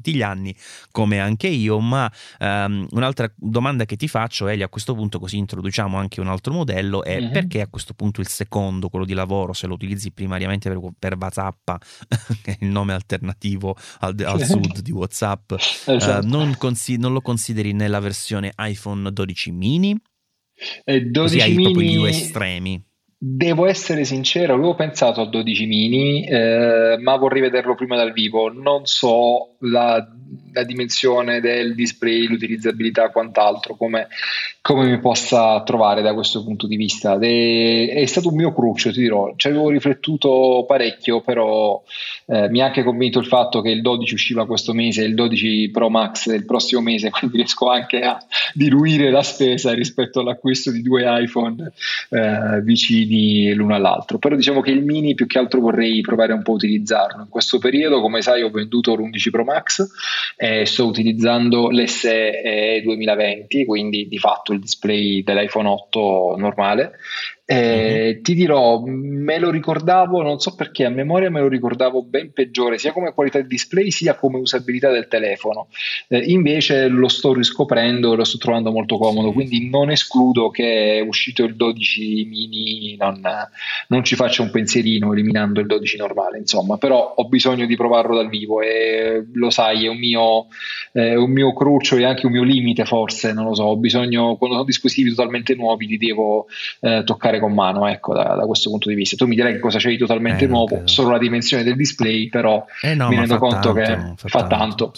tutti gli anni, come anche io, ma un'altra domanda che ti faccio, Eli, a questo punto, così introduciamo anche un altro modello, è perché a questo punto il secondo, quello di lavoro, se lo utilizzi primariamente per WhatsApp, che è il nome alternativo al sud di WhatsApp, Esatto. non lo consideri nella versione iPhone 12 mini? 12 così hai mini, proprio i due estremi. Devo essere sincero, avevo pensato a 12 mini, ma vorrei vederlo prima dal vivo. Non so la dimensione del display, l'utilizzabilità, quant'altro, come mi possa trovare da questo punto di vista. È stato un mio cruccio, ti dirò. Ci avevo riflettuto parecchio, però mi ha anche convinto il fatto che il 12 usciva questo mese e il 12 Pro Max del prossimo mese, quindi riesco anche a diluire la spesa rispetto all'acquisto di due iPhone vicini l'uno all'altro. Però diciamo che il mini più che altro vorrei provare un po' a utilizzarlo in questo periodo. Come sai, ho venduto l'11 Pro Max e sto utilizzando l'SE 2020, quindi di fatto il display dell'iPhone 8 normale. Ti dirò, me lo ricordavo, non so perché, a memoria me lo ricordavo ben peggiore sia come qualità di display sia come usabilità del telefono. Invece lo sto riscoprendo, lo sto trovando molto comodo, quindi non escludo che uscito il 12 mini non ci faccia un pensierino eliminando il 12 normale, insomma. Però ho bisogno di provarlo dal vivo e lo sai, è un mio cruccio e anche un mio limite, forse, non lo so. Ho bisogno, quando sono dispositivi totalmente nuovi, li devo toccare con mano, ecco, da questo punto di vista. Tu mi direi che cosa c'è di totalmente nuovo, solo la dimensione del display, però no, mi rendo conto tanto, che fa tanto.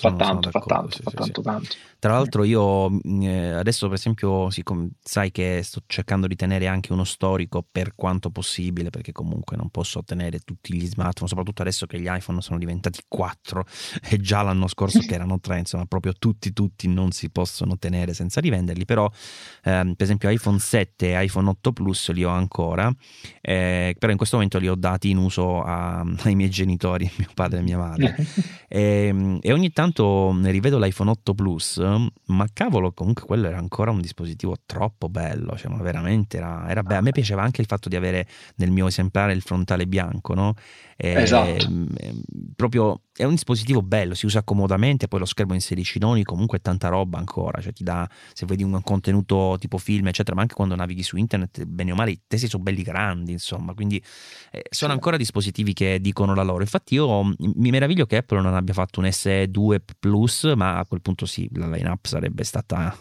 Tra l'altro io adesso, per esempio, sai che sto cercando di tenere anche uno storico per quanto possibile, perché comunque non posso ottenere tutti gli smartphone, soprattutto adesso che gli iPhone sono diventati 4 e già l'anno scorso che erano 3, insomma proprio tutti non si possono tenere senza rivenderli. Però per esempio iPhone 7 e iPhone 8 Plus li ho ancora, però in questo momento li ho dati in uso ai miei genitori, mio padre e mia madre, e ogni tanto rivedo l'iPhone 8 Plus, ma cavolo, comunque quello era ancora un dispositivo troppo bello, cioè, ma veramente era bello. A me piaceva anche il fatto di avere nel mio esemplare il frontale bianco, no? Esatto. Proprio è un dispositivo bello, si usa comodamente, poi lo schermo in 16 noni comunque è tanta roba ancora, cioè ti dà, se vedi un contenuto tipo film eccetera, ma anche quando navighi su internet, bene o male i testi sono belli grandi, insomma, quindi sono ancora dispositivi che dicono la loro. Infatti io mi meraviglio che Apple non abbia fatto un SE2 Plus, ma a quel punto sì, la line-up sarebbe stata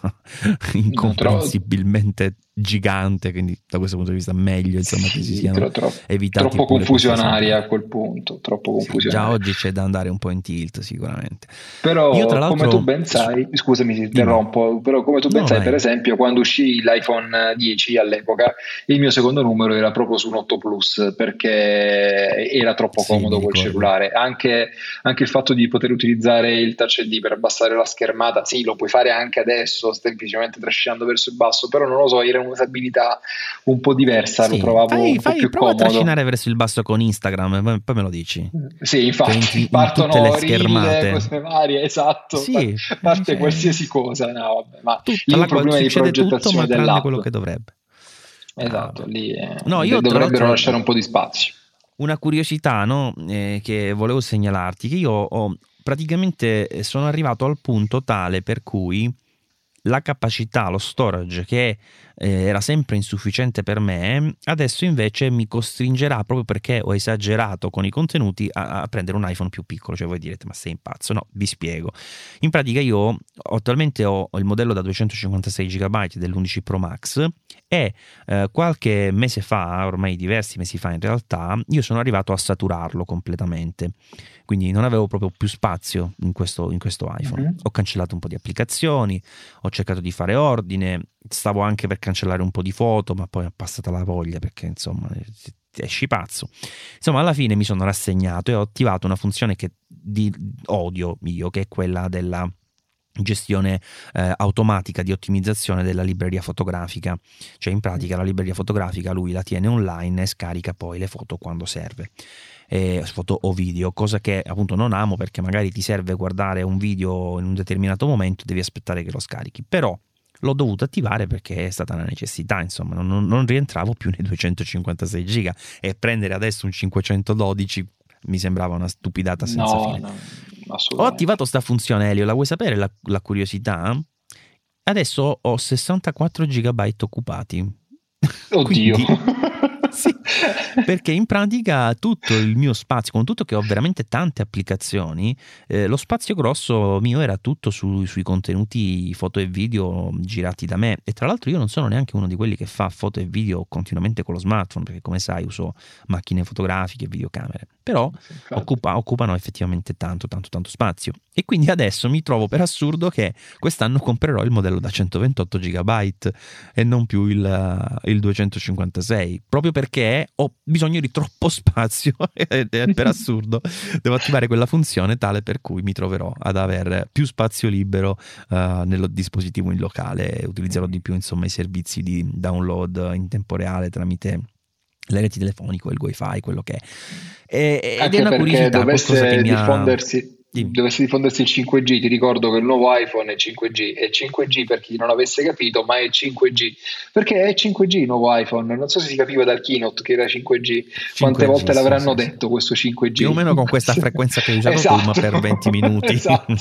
incomprensibilmente gigante, quindi da questo punto di vista meglio, insomma, che si siano evitati troppo confusionaria a quel punto, troppo confusionaria. Già oggi c'è da andare un po' in tilt sicuramente. Però io, tra l'altro, come tu ben sai, scusami se interrompo, però come tu ben sai, per esempio, quando uscì l'iPhone 10 all'epoca, il mio secondo numero era proprio su un 8 Plus, perché era troppo comodo col cellulare. Anche il fatto di poter utilizzare il Touch ID per abbassare la schermata, sì, lo puoi fare anche adesso, semplicemente trascinando verso il basso, però non lo so, era un'usabilità un po' diversa, lo trovavo un po' più prova comodo. A trascinare verso il basso con Instagram, poi me lo dici. Sì, infatti partono tutte le schermate, queste varie, esatto, sì, parte qualsiasi cosa, no, vabbè, ma tutta lì un problema di progettazione tutto, ma dell'app, quello che dovrebbe. Esatto, lì io dovrebbero lasciare un po' di spazio. Una curiosità, no, che volevo segnalarti, che io praticamente sono arrivato al punto tale per cui la capacità, lo storage che era sempre insufficiente per me, adesso invece mi costringerà, proprio perché ho esagerato con i contenuti, a prendere un iPhone più piccolo. Cioè voi direte, ma sei un pazzo? No, vi spiego. In pratica io attualmente ho il modello da 256 GB dell'11 Pro Max e qualche mese fa, ormai diversi mesi fa in realtà, io sono arrivato a saturarlo completamente, quindi non avevo proprio più spazio in questo iPhone. Ho cancellato un po' di applicazioni, ho cercato di fare ordine, stavo anche per cancellare un po' di foto, ma poi è passata la voglia, perché insomma esci pazzo. Insomma, alla fine mi sono rassegnato e ho attivato una funzione che odio io, che è quella della gestione automatica di ottimizzazione della libreria fotografica. Cioè in pratica la libreria fotografica lui la tiene online e scarica poi le foto quando serve, foto o video, cosa che appunto non amo, perché magari ti serve guardare un video in un determinato momento, devi aspettare che lo scarichi. Però l'ho dovuto attivare perché è stata una necessità, insomma, non rientravo più nei 256 giga, e prendere adesso un 512 mi sembrava una stupidata senza fine. Ho attivato sta funzione, Elio, la vuoi sapere la curiosità? Adesso ho 64 GB occupati. Oddio. Sì, perché in pratica tutto il mio spazio, con tutto che ho veramente tante applicazioni, lo spazio grosso mio era tutto sui contenuti foto e video girati da me. E tra l'altro io non sono neanche uno di quelli che fa foto e video continuamente con lo smartphone, perché come sai uso macchine fotografiche e videocamere, però occupano effettivamente tanto spazio. E quindi adesso mi trovo per assurdo che quest'anno comprerò il modello da 128 GB e non più il 256, proprio perché ho bisogno di troppo spazio e per assurdo devo attivare quella funzione tale per cui mi troverò ad avere più spazio libero nel dispositivo in locale e utilizzerò di più insomma i servizi di download in tempo reale tramite le reti telefoniche, il wifi, quello che è. Ed è una curiosità, qualcosa che mi dovesse diffondersi il 5G, ti ricordo che il nuovo iPhone è 5G, è 5G per chi non avesse capito, ma è 5G, perché è 5G il nuovo iPhone, non so se si capiva dal keynote che era 5G, quante volte l'avranno detto questo 5G? Più o meno con questa frequenza che hai usato tu, ma per 20 minuti. Esatto.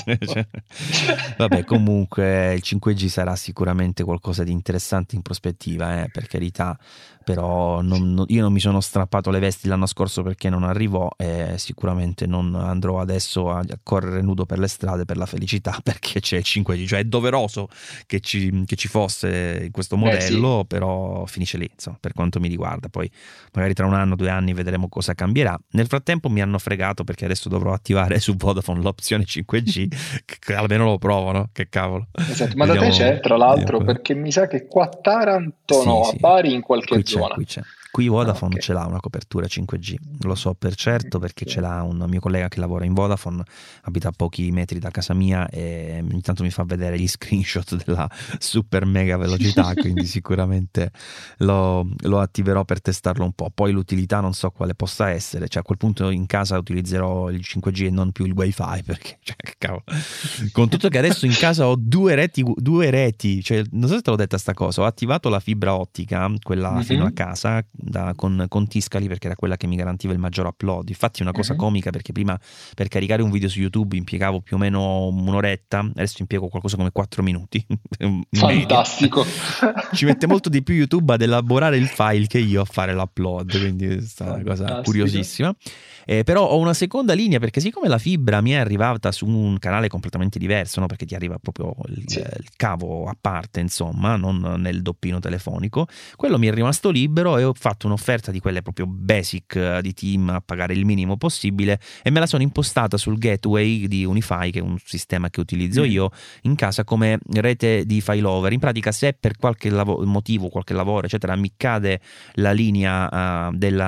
Vabbè, comunque il 5G sarà sicuramente qualcosa di interessante in prospettiva, per carità, però io non mi sono strappato le vesti l'anno scorso perché non arrivò e sicuramente non andrò adesso a correre nudo per le strade per la felicità perché c'è il 5G, cioè è doveroso che ci fosse in questo modello, sì. Però finisce lì, insomma, per quanto mi riguarda. Poi magari tra 1 anno, 2 anni vedremo cosa cambierà. Nel frattempo mi hanno fregato perché adesso dovrò attivare su Vodafone l'opzione 5G che almeno lo provo, no? Che cavolo. Esatto, ma da te c'è tra l'altro perché mi sa che qua a Taranto a Bari in qualche zona. Qui c'è. Qui Vodafone ce l'ha una copertura 5G, lo so per certo perché ce l'ha un mio collega che lavora in Vodafone, abita a pochi metri da casa mia e ogni tanto mi fa vedere gli screenshot della super mega velocità, quindi sicuramente lo attiverò per testarlo un po'. Poi l'utilità non so quale possa essere, cioè a quel punto in casa utilizzerò il 5G e non più il wifi, perché cioè, che cavolo. Con tutto che adesso in casa ho due reti, cioè non so se te l'ho detta sta cosa, ho attivato la fibra ottica, quella fino a casa, con Tiscali, perché era quella che mi garantiva il maggior upload. Infatti è una cosa comica perché prima per caricare un video su YouTube impiegavo più o meno un'oretta, adesso impiego qualcosa come 4 minuti. Fantastico. Ci mette molto di più YouTube ad elaborare il file che io a fare l'upload, quindi è una cosa curiosissima. Però ho una seconda linea perché siccome la fibra mi è arrivata su un canale completamente diverso, no? Perché ti arriva proprio il cavo a parte, insomma, non nel doppino telefonico, quello mi è rimasto libero e ho fatto un'offerta di quelle proprio basic di team a pagare il minimo possibile e me la sono impostata sul gateway di Unify, che è un sistema che utilizzo io in casa come rete di failover. In pratica se per qualche motivo, qualche lavoro eccetera mi cade la linea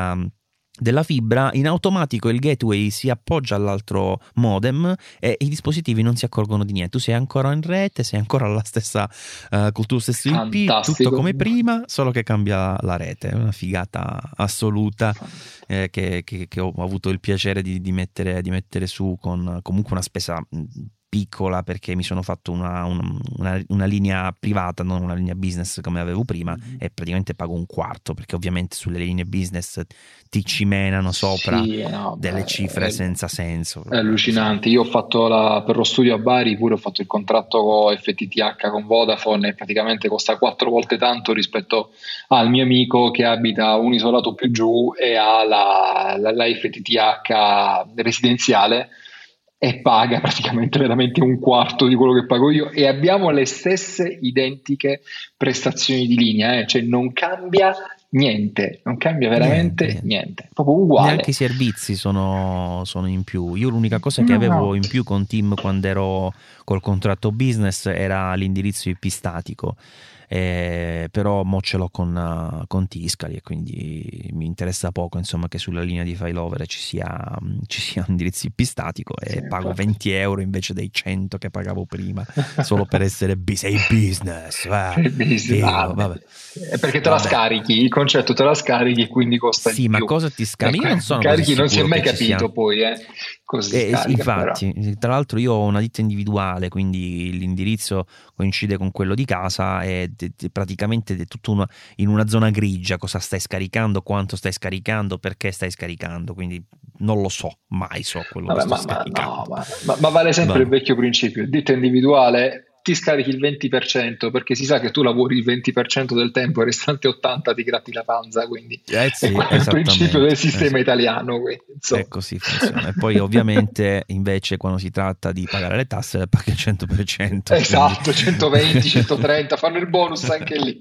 della fibra, in automatico il gateway si appoggia all'altro modem e i dispositivi non si accorgono di niente. Tu sei ancora in rete, sei ancora alla stessa col tuo stesso IP, tutto come prima, solo che cambia la rete. È una figata assoluta che ho avuto il piacere di mettere su con comunque una spesa piccola, perché mi sono fatto una linea privata, non una linea business come avevo prima, e praticamente pago un quarto, perché ovviamente sulle linee business ti cimenano sopra delle cifre senza senso. È allucinante. Io ho fatto per lo studio a Bari, pure ho fatto il contratto con FTTH con Vodafone e praticamente costa 4 volte tanto rispetto al mio amico che abita un isolato più giù e ha la FTTH residenziale e paga praticamente veramente un quarto di quello che pago io, e abbiamo le stesse identiche prestazioni di linea, cioè non cambia niente, non cambia veramente niente, proprio uguale. Neanche i servizi sono in più. Io l'unica cosa che avevo in più con Team quando ero col contratto business era l'indirizzo IP statico. Però mo ce l'ho con Tiscali e quindi mi interessa poco, insomma, che sulla linea di failover ci sia un indirizzo IP statico e pago 20 euro invece dei 100 che pagavo prima solo per essere sei business. Vabbè. Perché te la scarichi, il concetto te la scarichi, quindi costa di più. Ma cosa ti scarichi? Io non sono carichi, così non si è mai capito poi cosa si scarica. Infatti, però. tra l'altro io ho una ditta individuale, quindi l'indirizzo coincide con quello di casa e praticamente è tutto in una zona grigia, cosa stai scaricando, quanto stai scaricando, perché stai scaricando, quindi non lo so, mai so quello che sto scaricando. Ma vale sempre il vecchio principio, ditta individuale, ti scarichi il 20% perché si sa che tu lavori il 20% del tempo e il restante 80% ti gratti la panza, quindi sì, è il principio del sistema italiano. Quindi, e così funziona. E poi ovviamente invece quando si tratta di pagare le tasse le paghi al 100%. Esatto, quindi... 120, 130, fanno il bonus anche lì.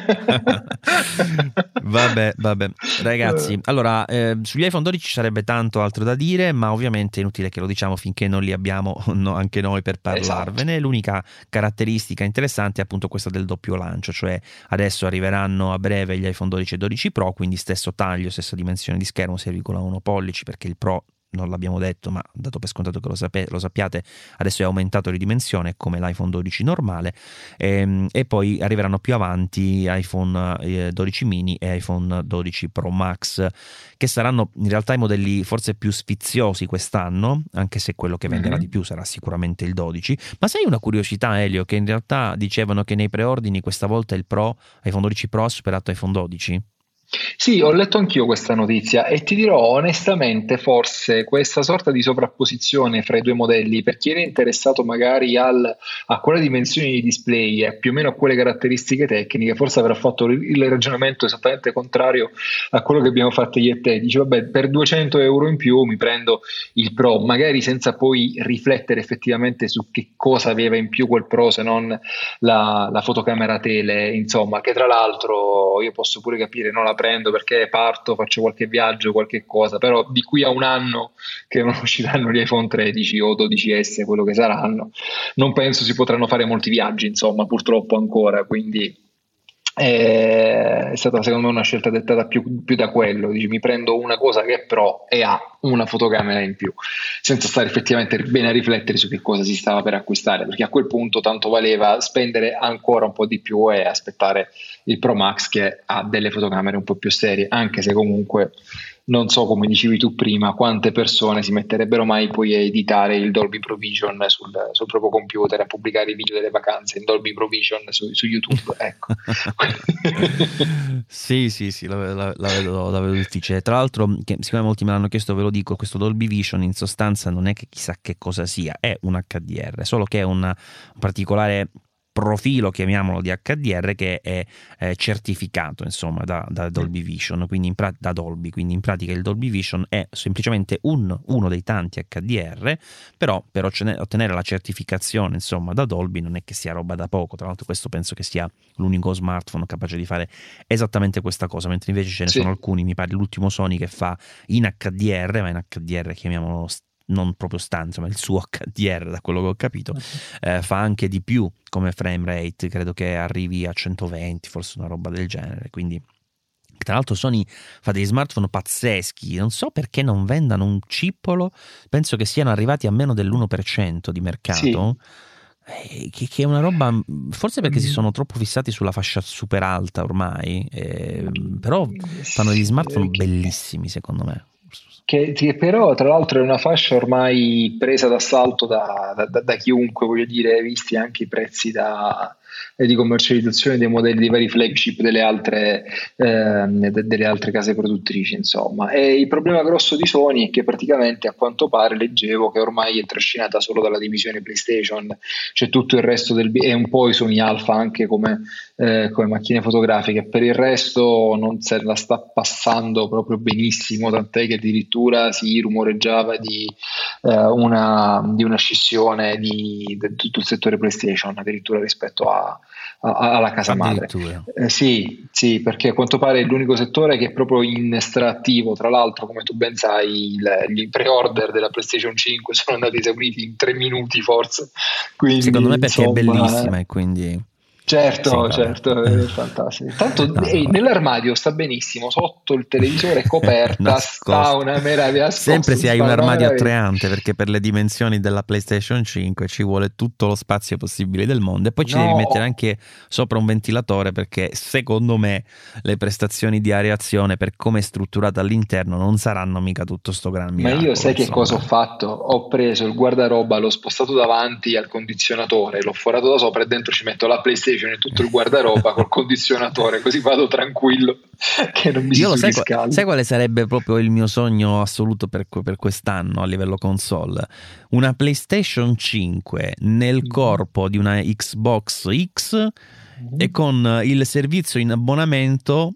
Vabbè, ragazzi, allora sugli iPhone 12 ci sarebbe tanto altro da dire, ma ovviamente è inutile che lo diciamo finché non li abbiamo anche noi per parlarvene. Esatto. L'unica caratteristica interessante è appunto questa del doppio lancio, cioè adesso arriveranno a breve gli iPhone 12 e 12 Pro, quindi stesso taglio, stessa dimensione di schermo, 6,1 pollici, perché il Pro non l'abbiamo detto, ma dato per scontato che lo sappiate, adesso è aumentato di dimensione come l'iPhone 12 normale, e poi arriveranno più avanti iPhone 12 mini e iPhone 12 Pro Max, che saranno in realtà i modelli forse più sfiziosi quest'anno, anche se quello che venderà di più sarà sicuramente il 12. Ma sai una curiosità, Elio, che in realtà dicevano che nei preordini questa volta il Pro, iPhone 12 Pro ha superato iPhone 12? Sì, ho letto anch'io questa notizia e ti dirò onestamente, forse questa sorta di sovrapposizione fra i due modelli, per chi era interessato magari a quelle dimensioni di display e più o meno a quelle caratteristiche tecniche, forse avrà fatto il ragionamento esattamente contrario a quello che abbiamo fatto io e te. Dice, vabbè, per 200 euro in più mi prendo il Pro, magari senza poi riflettere effettivamente su che cosa aveva in più quel Pro, se non la fotocamera tele, insomma, che tra l'altro io posso pure capire, non la prendo perché parto, faccio qualche viaggio, qualche cosa, però di qui a un anno che non usciranno gli iPhone 13 o 12S, quello che saranno, non penso si potranno fare molti viaggi, insomma, purtroppo ancora, quindi è stata secondo me una scelta dettata più da quello. Dici, mi prendo una cosa che è Pro e ha una fotocamera in più, senza stare effettivamente bene a riflettere su che cosa si stava per acquistare, perché a quel punto tanto valeva spendere ancora un po' di più e aspettare il Pro Max, che ha delle fotocamere un po' più serie, anche se comunque non so, come dicevi tu prima, quante persone si metterebbero mai poi a editare il Dolby Pro Vision sul proprio computer, a pubblicare i video delle vacanze in Dolby Pro Vision su YouTube, ecco. Sì, la vedo difficile. Tra l'altro, siccome molti me l'hanno chiesto, ve lo dico, questo Dolby Vision in sostanza non è che chissà che cosa sia, è un HDR, solo che è un particolare profilo, chiamiamolo, di HDR che è certificato, insomma, da Dolby Vision, quindi da Dolby, quindi in pratica il Dolby Vision è semplicemente uno dei tanti HDR, però per ottenere la certificazione, insomma, da Dolby non è che sia roba da poco. Tra l'altro questo penso che sia l'unico smartphone capace di fare esattamente questa cosa, mentre invece ce ne sono alcuni, mi pare l'ultimo Sony che fa in HDR, ma in HDR chiamiamolo non proprio insomma il suo HDR, da quello che ho capito, fa anche di più come frame rate, credo che arrivi a 120, forse una roba del genere. Quindi tra l'altro Sony fa dei smartphone pazzeschi, non so perché non vendano un cippolo, penso che siano arrivati a meno dell'1% di mercato. Che è una roba, forse perché si sono troppo fissati sulla fascia super alta ormai, però fanno degli smartphone bellissimi secondo me. Che però tra l'altro è una fascia ormai presa d'assalto da chiunque, voglio dire, visti anche i prezzi di commercializzazione dei modelli dei vari flagship delle altre case produttrici, insomma. E il problema grosso di Sony è che praticamente, a quanto pare, leggevo che ormai è trascinata solo dalla divisione PlayStation, cioè tutto il resto e un po' i Sony Alpha anche come macchine fotografiche. Per il resto non se la sta passando proprio benissimo, tant'è che addirittura si rumoreggiava di una scissione di tutto il settore PlayStation, addirittura rispetto alla casa madre. Sì, perché a quanto pare è l'unico settore che è proprio in estrattivo. Tra l'altro, come tu ben sai, gli pre-order della PlayStation 5 sono andati esauriti in 3 minuti forse. Quindi, secondo me perché è bellissima e quindi... Certo, Sì, certo, è fantastico. Tanto no. nell'armadio sta benissimo, sotto il televisore coperta sta Nascosto. una meraviglia, Sempre nascosto se hai sta un una armadio meraviglia. attraente, perché per le dimensioni della PlayStation 5 ci vuole tutto lo spazio possibile del mondo, e poi ci devi mettere No, anche sopra un ventilatore, perché secondo me le prestazioni di areazione, per come è strutturata all'interno, non saranno mica tutto sto gran ma io miracolo, sai che cosa ho insomma. fatto? Ho preso il guardaroba, l'ho spostato davanti al condizionatore, l'ho forato da sopra e dentro ci metto la PlayStation e tutto il guardaroba col condizionatore, così vado tranquillo che non mi si Io lo sai, sai surriscalda. quale sarebbe proprio il mio sogno assoluto per quest'anno a livello console? Una PlayStation 5 nel Mhm. corpo di una Xbox X e Mhm. con il servizio in abbonamento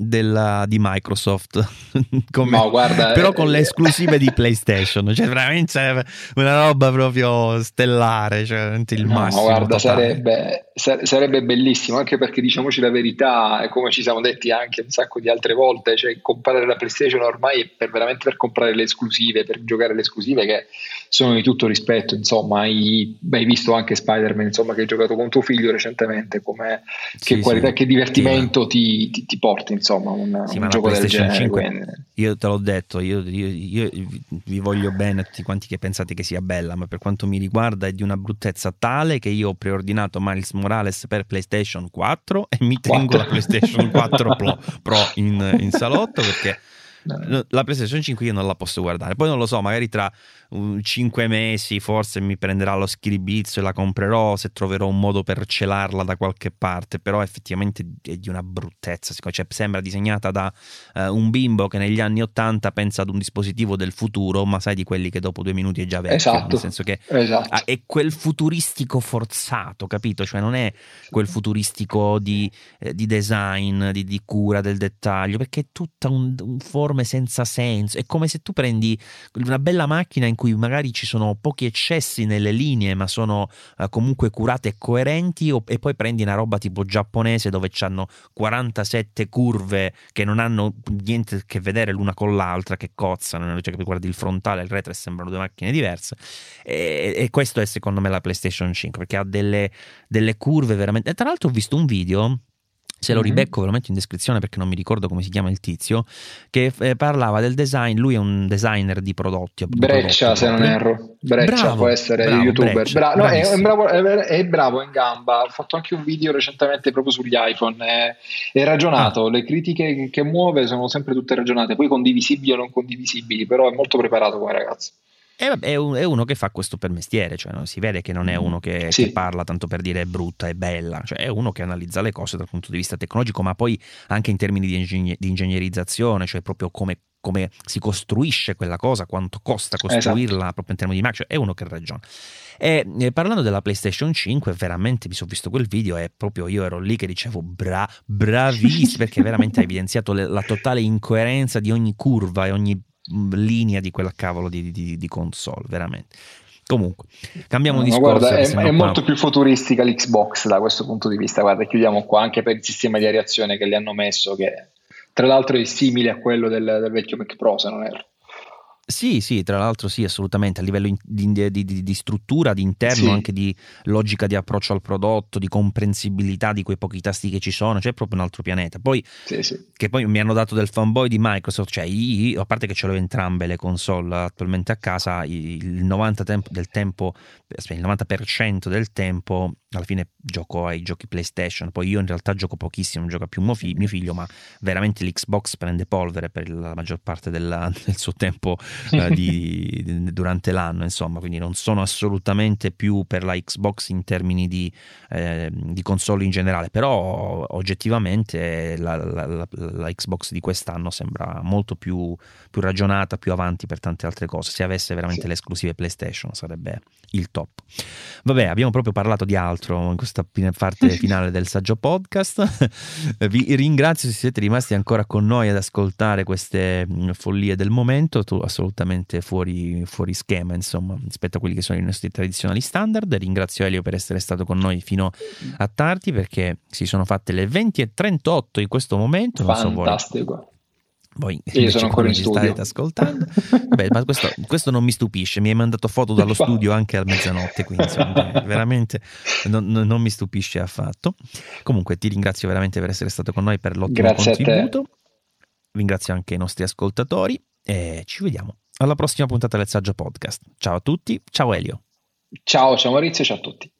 di Microsoft, No, guarda, però con le esclusive di PlayStation, cioè veramente una roba proprio stellare, cioè veramente il no, massimo guarda, totale. sarebbe bellissimo, anche perché diciamoci la verità, e come ci siamo detti anche un sacco di altre volte, cioè comprare la PlayStation ormai è veramente per comprare le esclusive, per giocare le esclusive che sono di tutto rispetto, insomma, hai visto anche Spider-Man, insomma, che hai giocato con tuo figlio recentemente, che Sì, qualità, sì, che sì, ma divertimento ti porti, insomma, Sì, un ma la gioco del PlayStation genere, 5, quindi. io te l'ho detto, io vi voglio bene tutti quanti che pensate che sia bella, ma per quanto mi riguarda è di una bruttezza tale che io ho preordinato Miles Morales per PlayStation 4 e mi tengo 4. la PlayStation 4 Pro in salotto, perché la PlayStation 5 io non la posso guardare. Poi non lo so, magari tra 5 mesi forse mi prenderà lo schiribizzo e la comprerò, se troverò un modo per celarla da qualche parte, però effettivamente è di una bruttezza, cioè sembra disegnata da un bimbo che negli anni 80 pensa ad un dispositivo del futuro, ma sai, di quelli che dopo 2 minuti è già vecchio, nel Esatto, senso che esatto. è quel futuristico forzato, capito? Cioè non è quel futuristico di design, di cura del dettaglio, perché è tutta un forme senza senso. È come se tu prendi una bella macchina in cui magari ci sono pochi eccessi nelle linee, ma sono comunque curate e coerenti, e poi prendi una roba tipo giapponese dove c'hanno 47 curve che non hanno niente a che vedere l'una con l'altra, che cozzano, cioè che guardi il frontale e il retro e sembrano due macchine diverse. E questo è secondo me la PlayStation 5, perché ha delle curve veramente. E tra l'altro ho visto un video, se lo Mhm. ribecco ve lo metto in descrizione perché non mi ricordo come si chiama il tizio, che parlava del design. Lui è un designer di prodotto Breccia, se non proprio. erro. Breccia può Bravo, essere bravo, YouTuber. Breccia, No, bravissimo. è bravo in gamba. Ha fatto anche un video recentemente proprio sugli iPhone. È Ah, ragionato. Le critiche che muove sono sempre tutte ragionate, poi condivisibili o non condivisibili, però è molto preparato come ragazzo. e vabbè, è uno che fa questo per mestiere, cioè no? Si vede che non è uno che Sì, parla tanto per dire è brutta, è bella, cioè è uno che analizza le cose dal punto di vista tecnologico, ma poi anche in termini di ingegnerizzazione, cioè proprio come si costruisce quella cosa, quanto costa esatto. costruirla proprio in termini di macchina, cioè è uno che ragiona. E parlando della PlayStation 5, veramente mi sono visto quel video e proprio io ero lì che dicevo bravissimo, perché veramente ha evidenziato la totale incoerenza di ogni curva e ogni linea di quella cavolo di console, veramente. Comunque, cambiamo No, ma guarda, discorso che è sennò qua. molto più futuristica l'Xbox da questo punto di vista. Guarda, chiudiamo qua anche per il sistema di areazione che gli hanno messo, che tra l'altro è simile a quello del vecchio Mac Pro, se non erro. Sì, sì, tra l'altro sì, assolutamente, a livello di struttura, di interno, anche Sì, di logica di approccio al prodotto, di comprensibilità di quei pochi tasti che ci sono, c'è proprio un altro pianeta. Poi, sì, sì. che poi mi hanno dato del fanboy di Microsoft, cioè io, a parte che ce l'ho entrambe le console attualmente a casa, il 90% del tempo alla fine gioco ai giochi PlayStation. Poi io in realtà gioco pochissimo, gioca più mio figlio, ma veramente l'Xbox prende polvere per la maggior parte del suo tempo durante l'anno, insomma, quindi non sono assolutamente più per la Xbox in termini di console in generale, però oggettivamente la Xbox di quest'anno sembra molto più ragionata, più avanti per tante altre cose. Se avesse veramente Sì. le esclusive PlayStation sarebbe il top. Vabbè, abbiamo proprio parlato di altro in questa parte finale del saggio podcast. Vi ringrazio se siete rimasti ancora con noi ad ascoltare queste follie del momento. Tu assolutamente fuori schema, insomma, rispetto a quelli che sono i nostri tradizionali standard. Ringrazio Elio per essere stato con noi fino a tardi, perché si sono fatte le 20:38 in questo momento. Non so voi. Fantastico. Voi io sono ancora in ci studio. state ascoltando. Beh, ma questo non mi stupisce, mi hai mandato foto dallo studio anche a mezzanotte, quindi insomma, veramente non mi stupisce affatto. Comunque ti ringrazio veramente per essere stato con noi, per l'ottimo contributo. Ringrazio anche i nostri ascoltatori e ci vediamo alla prossima puntata del Saggio Podcast. Ciao a tutti, ciao Elio. Ciao Maurizio, ciao a tutti.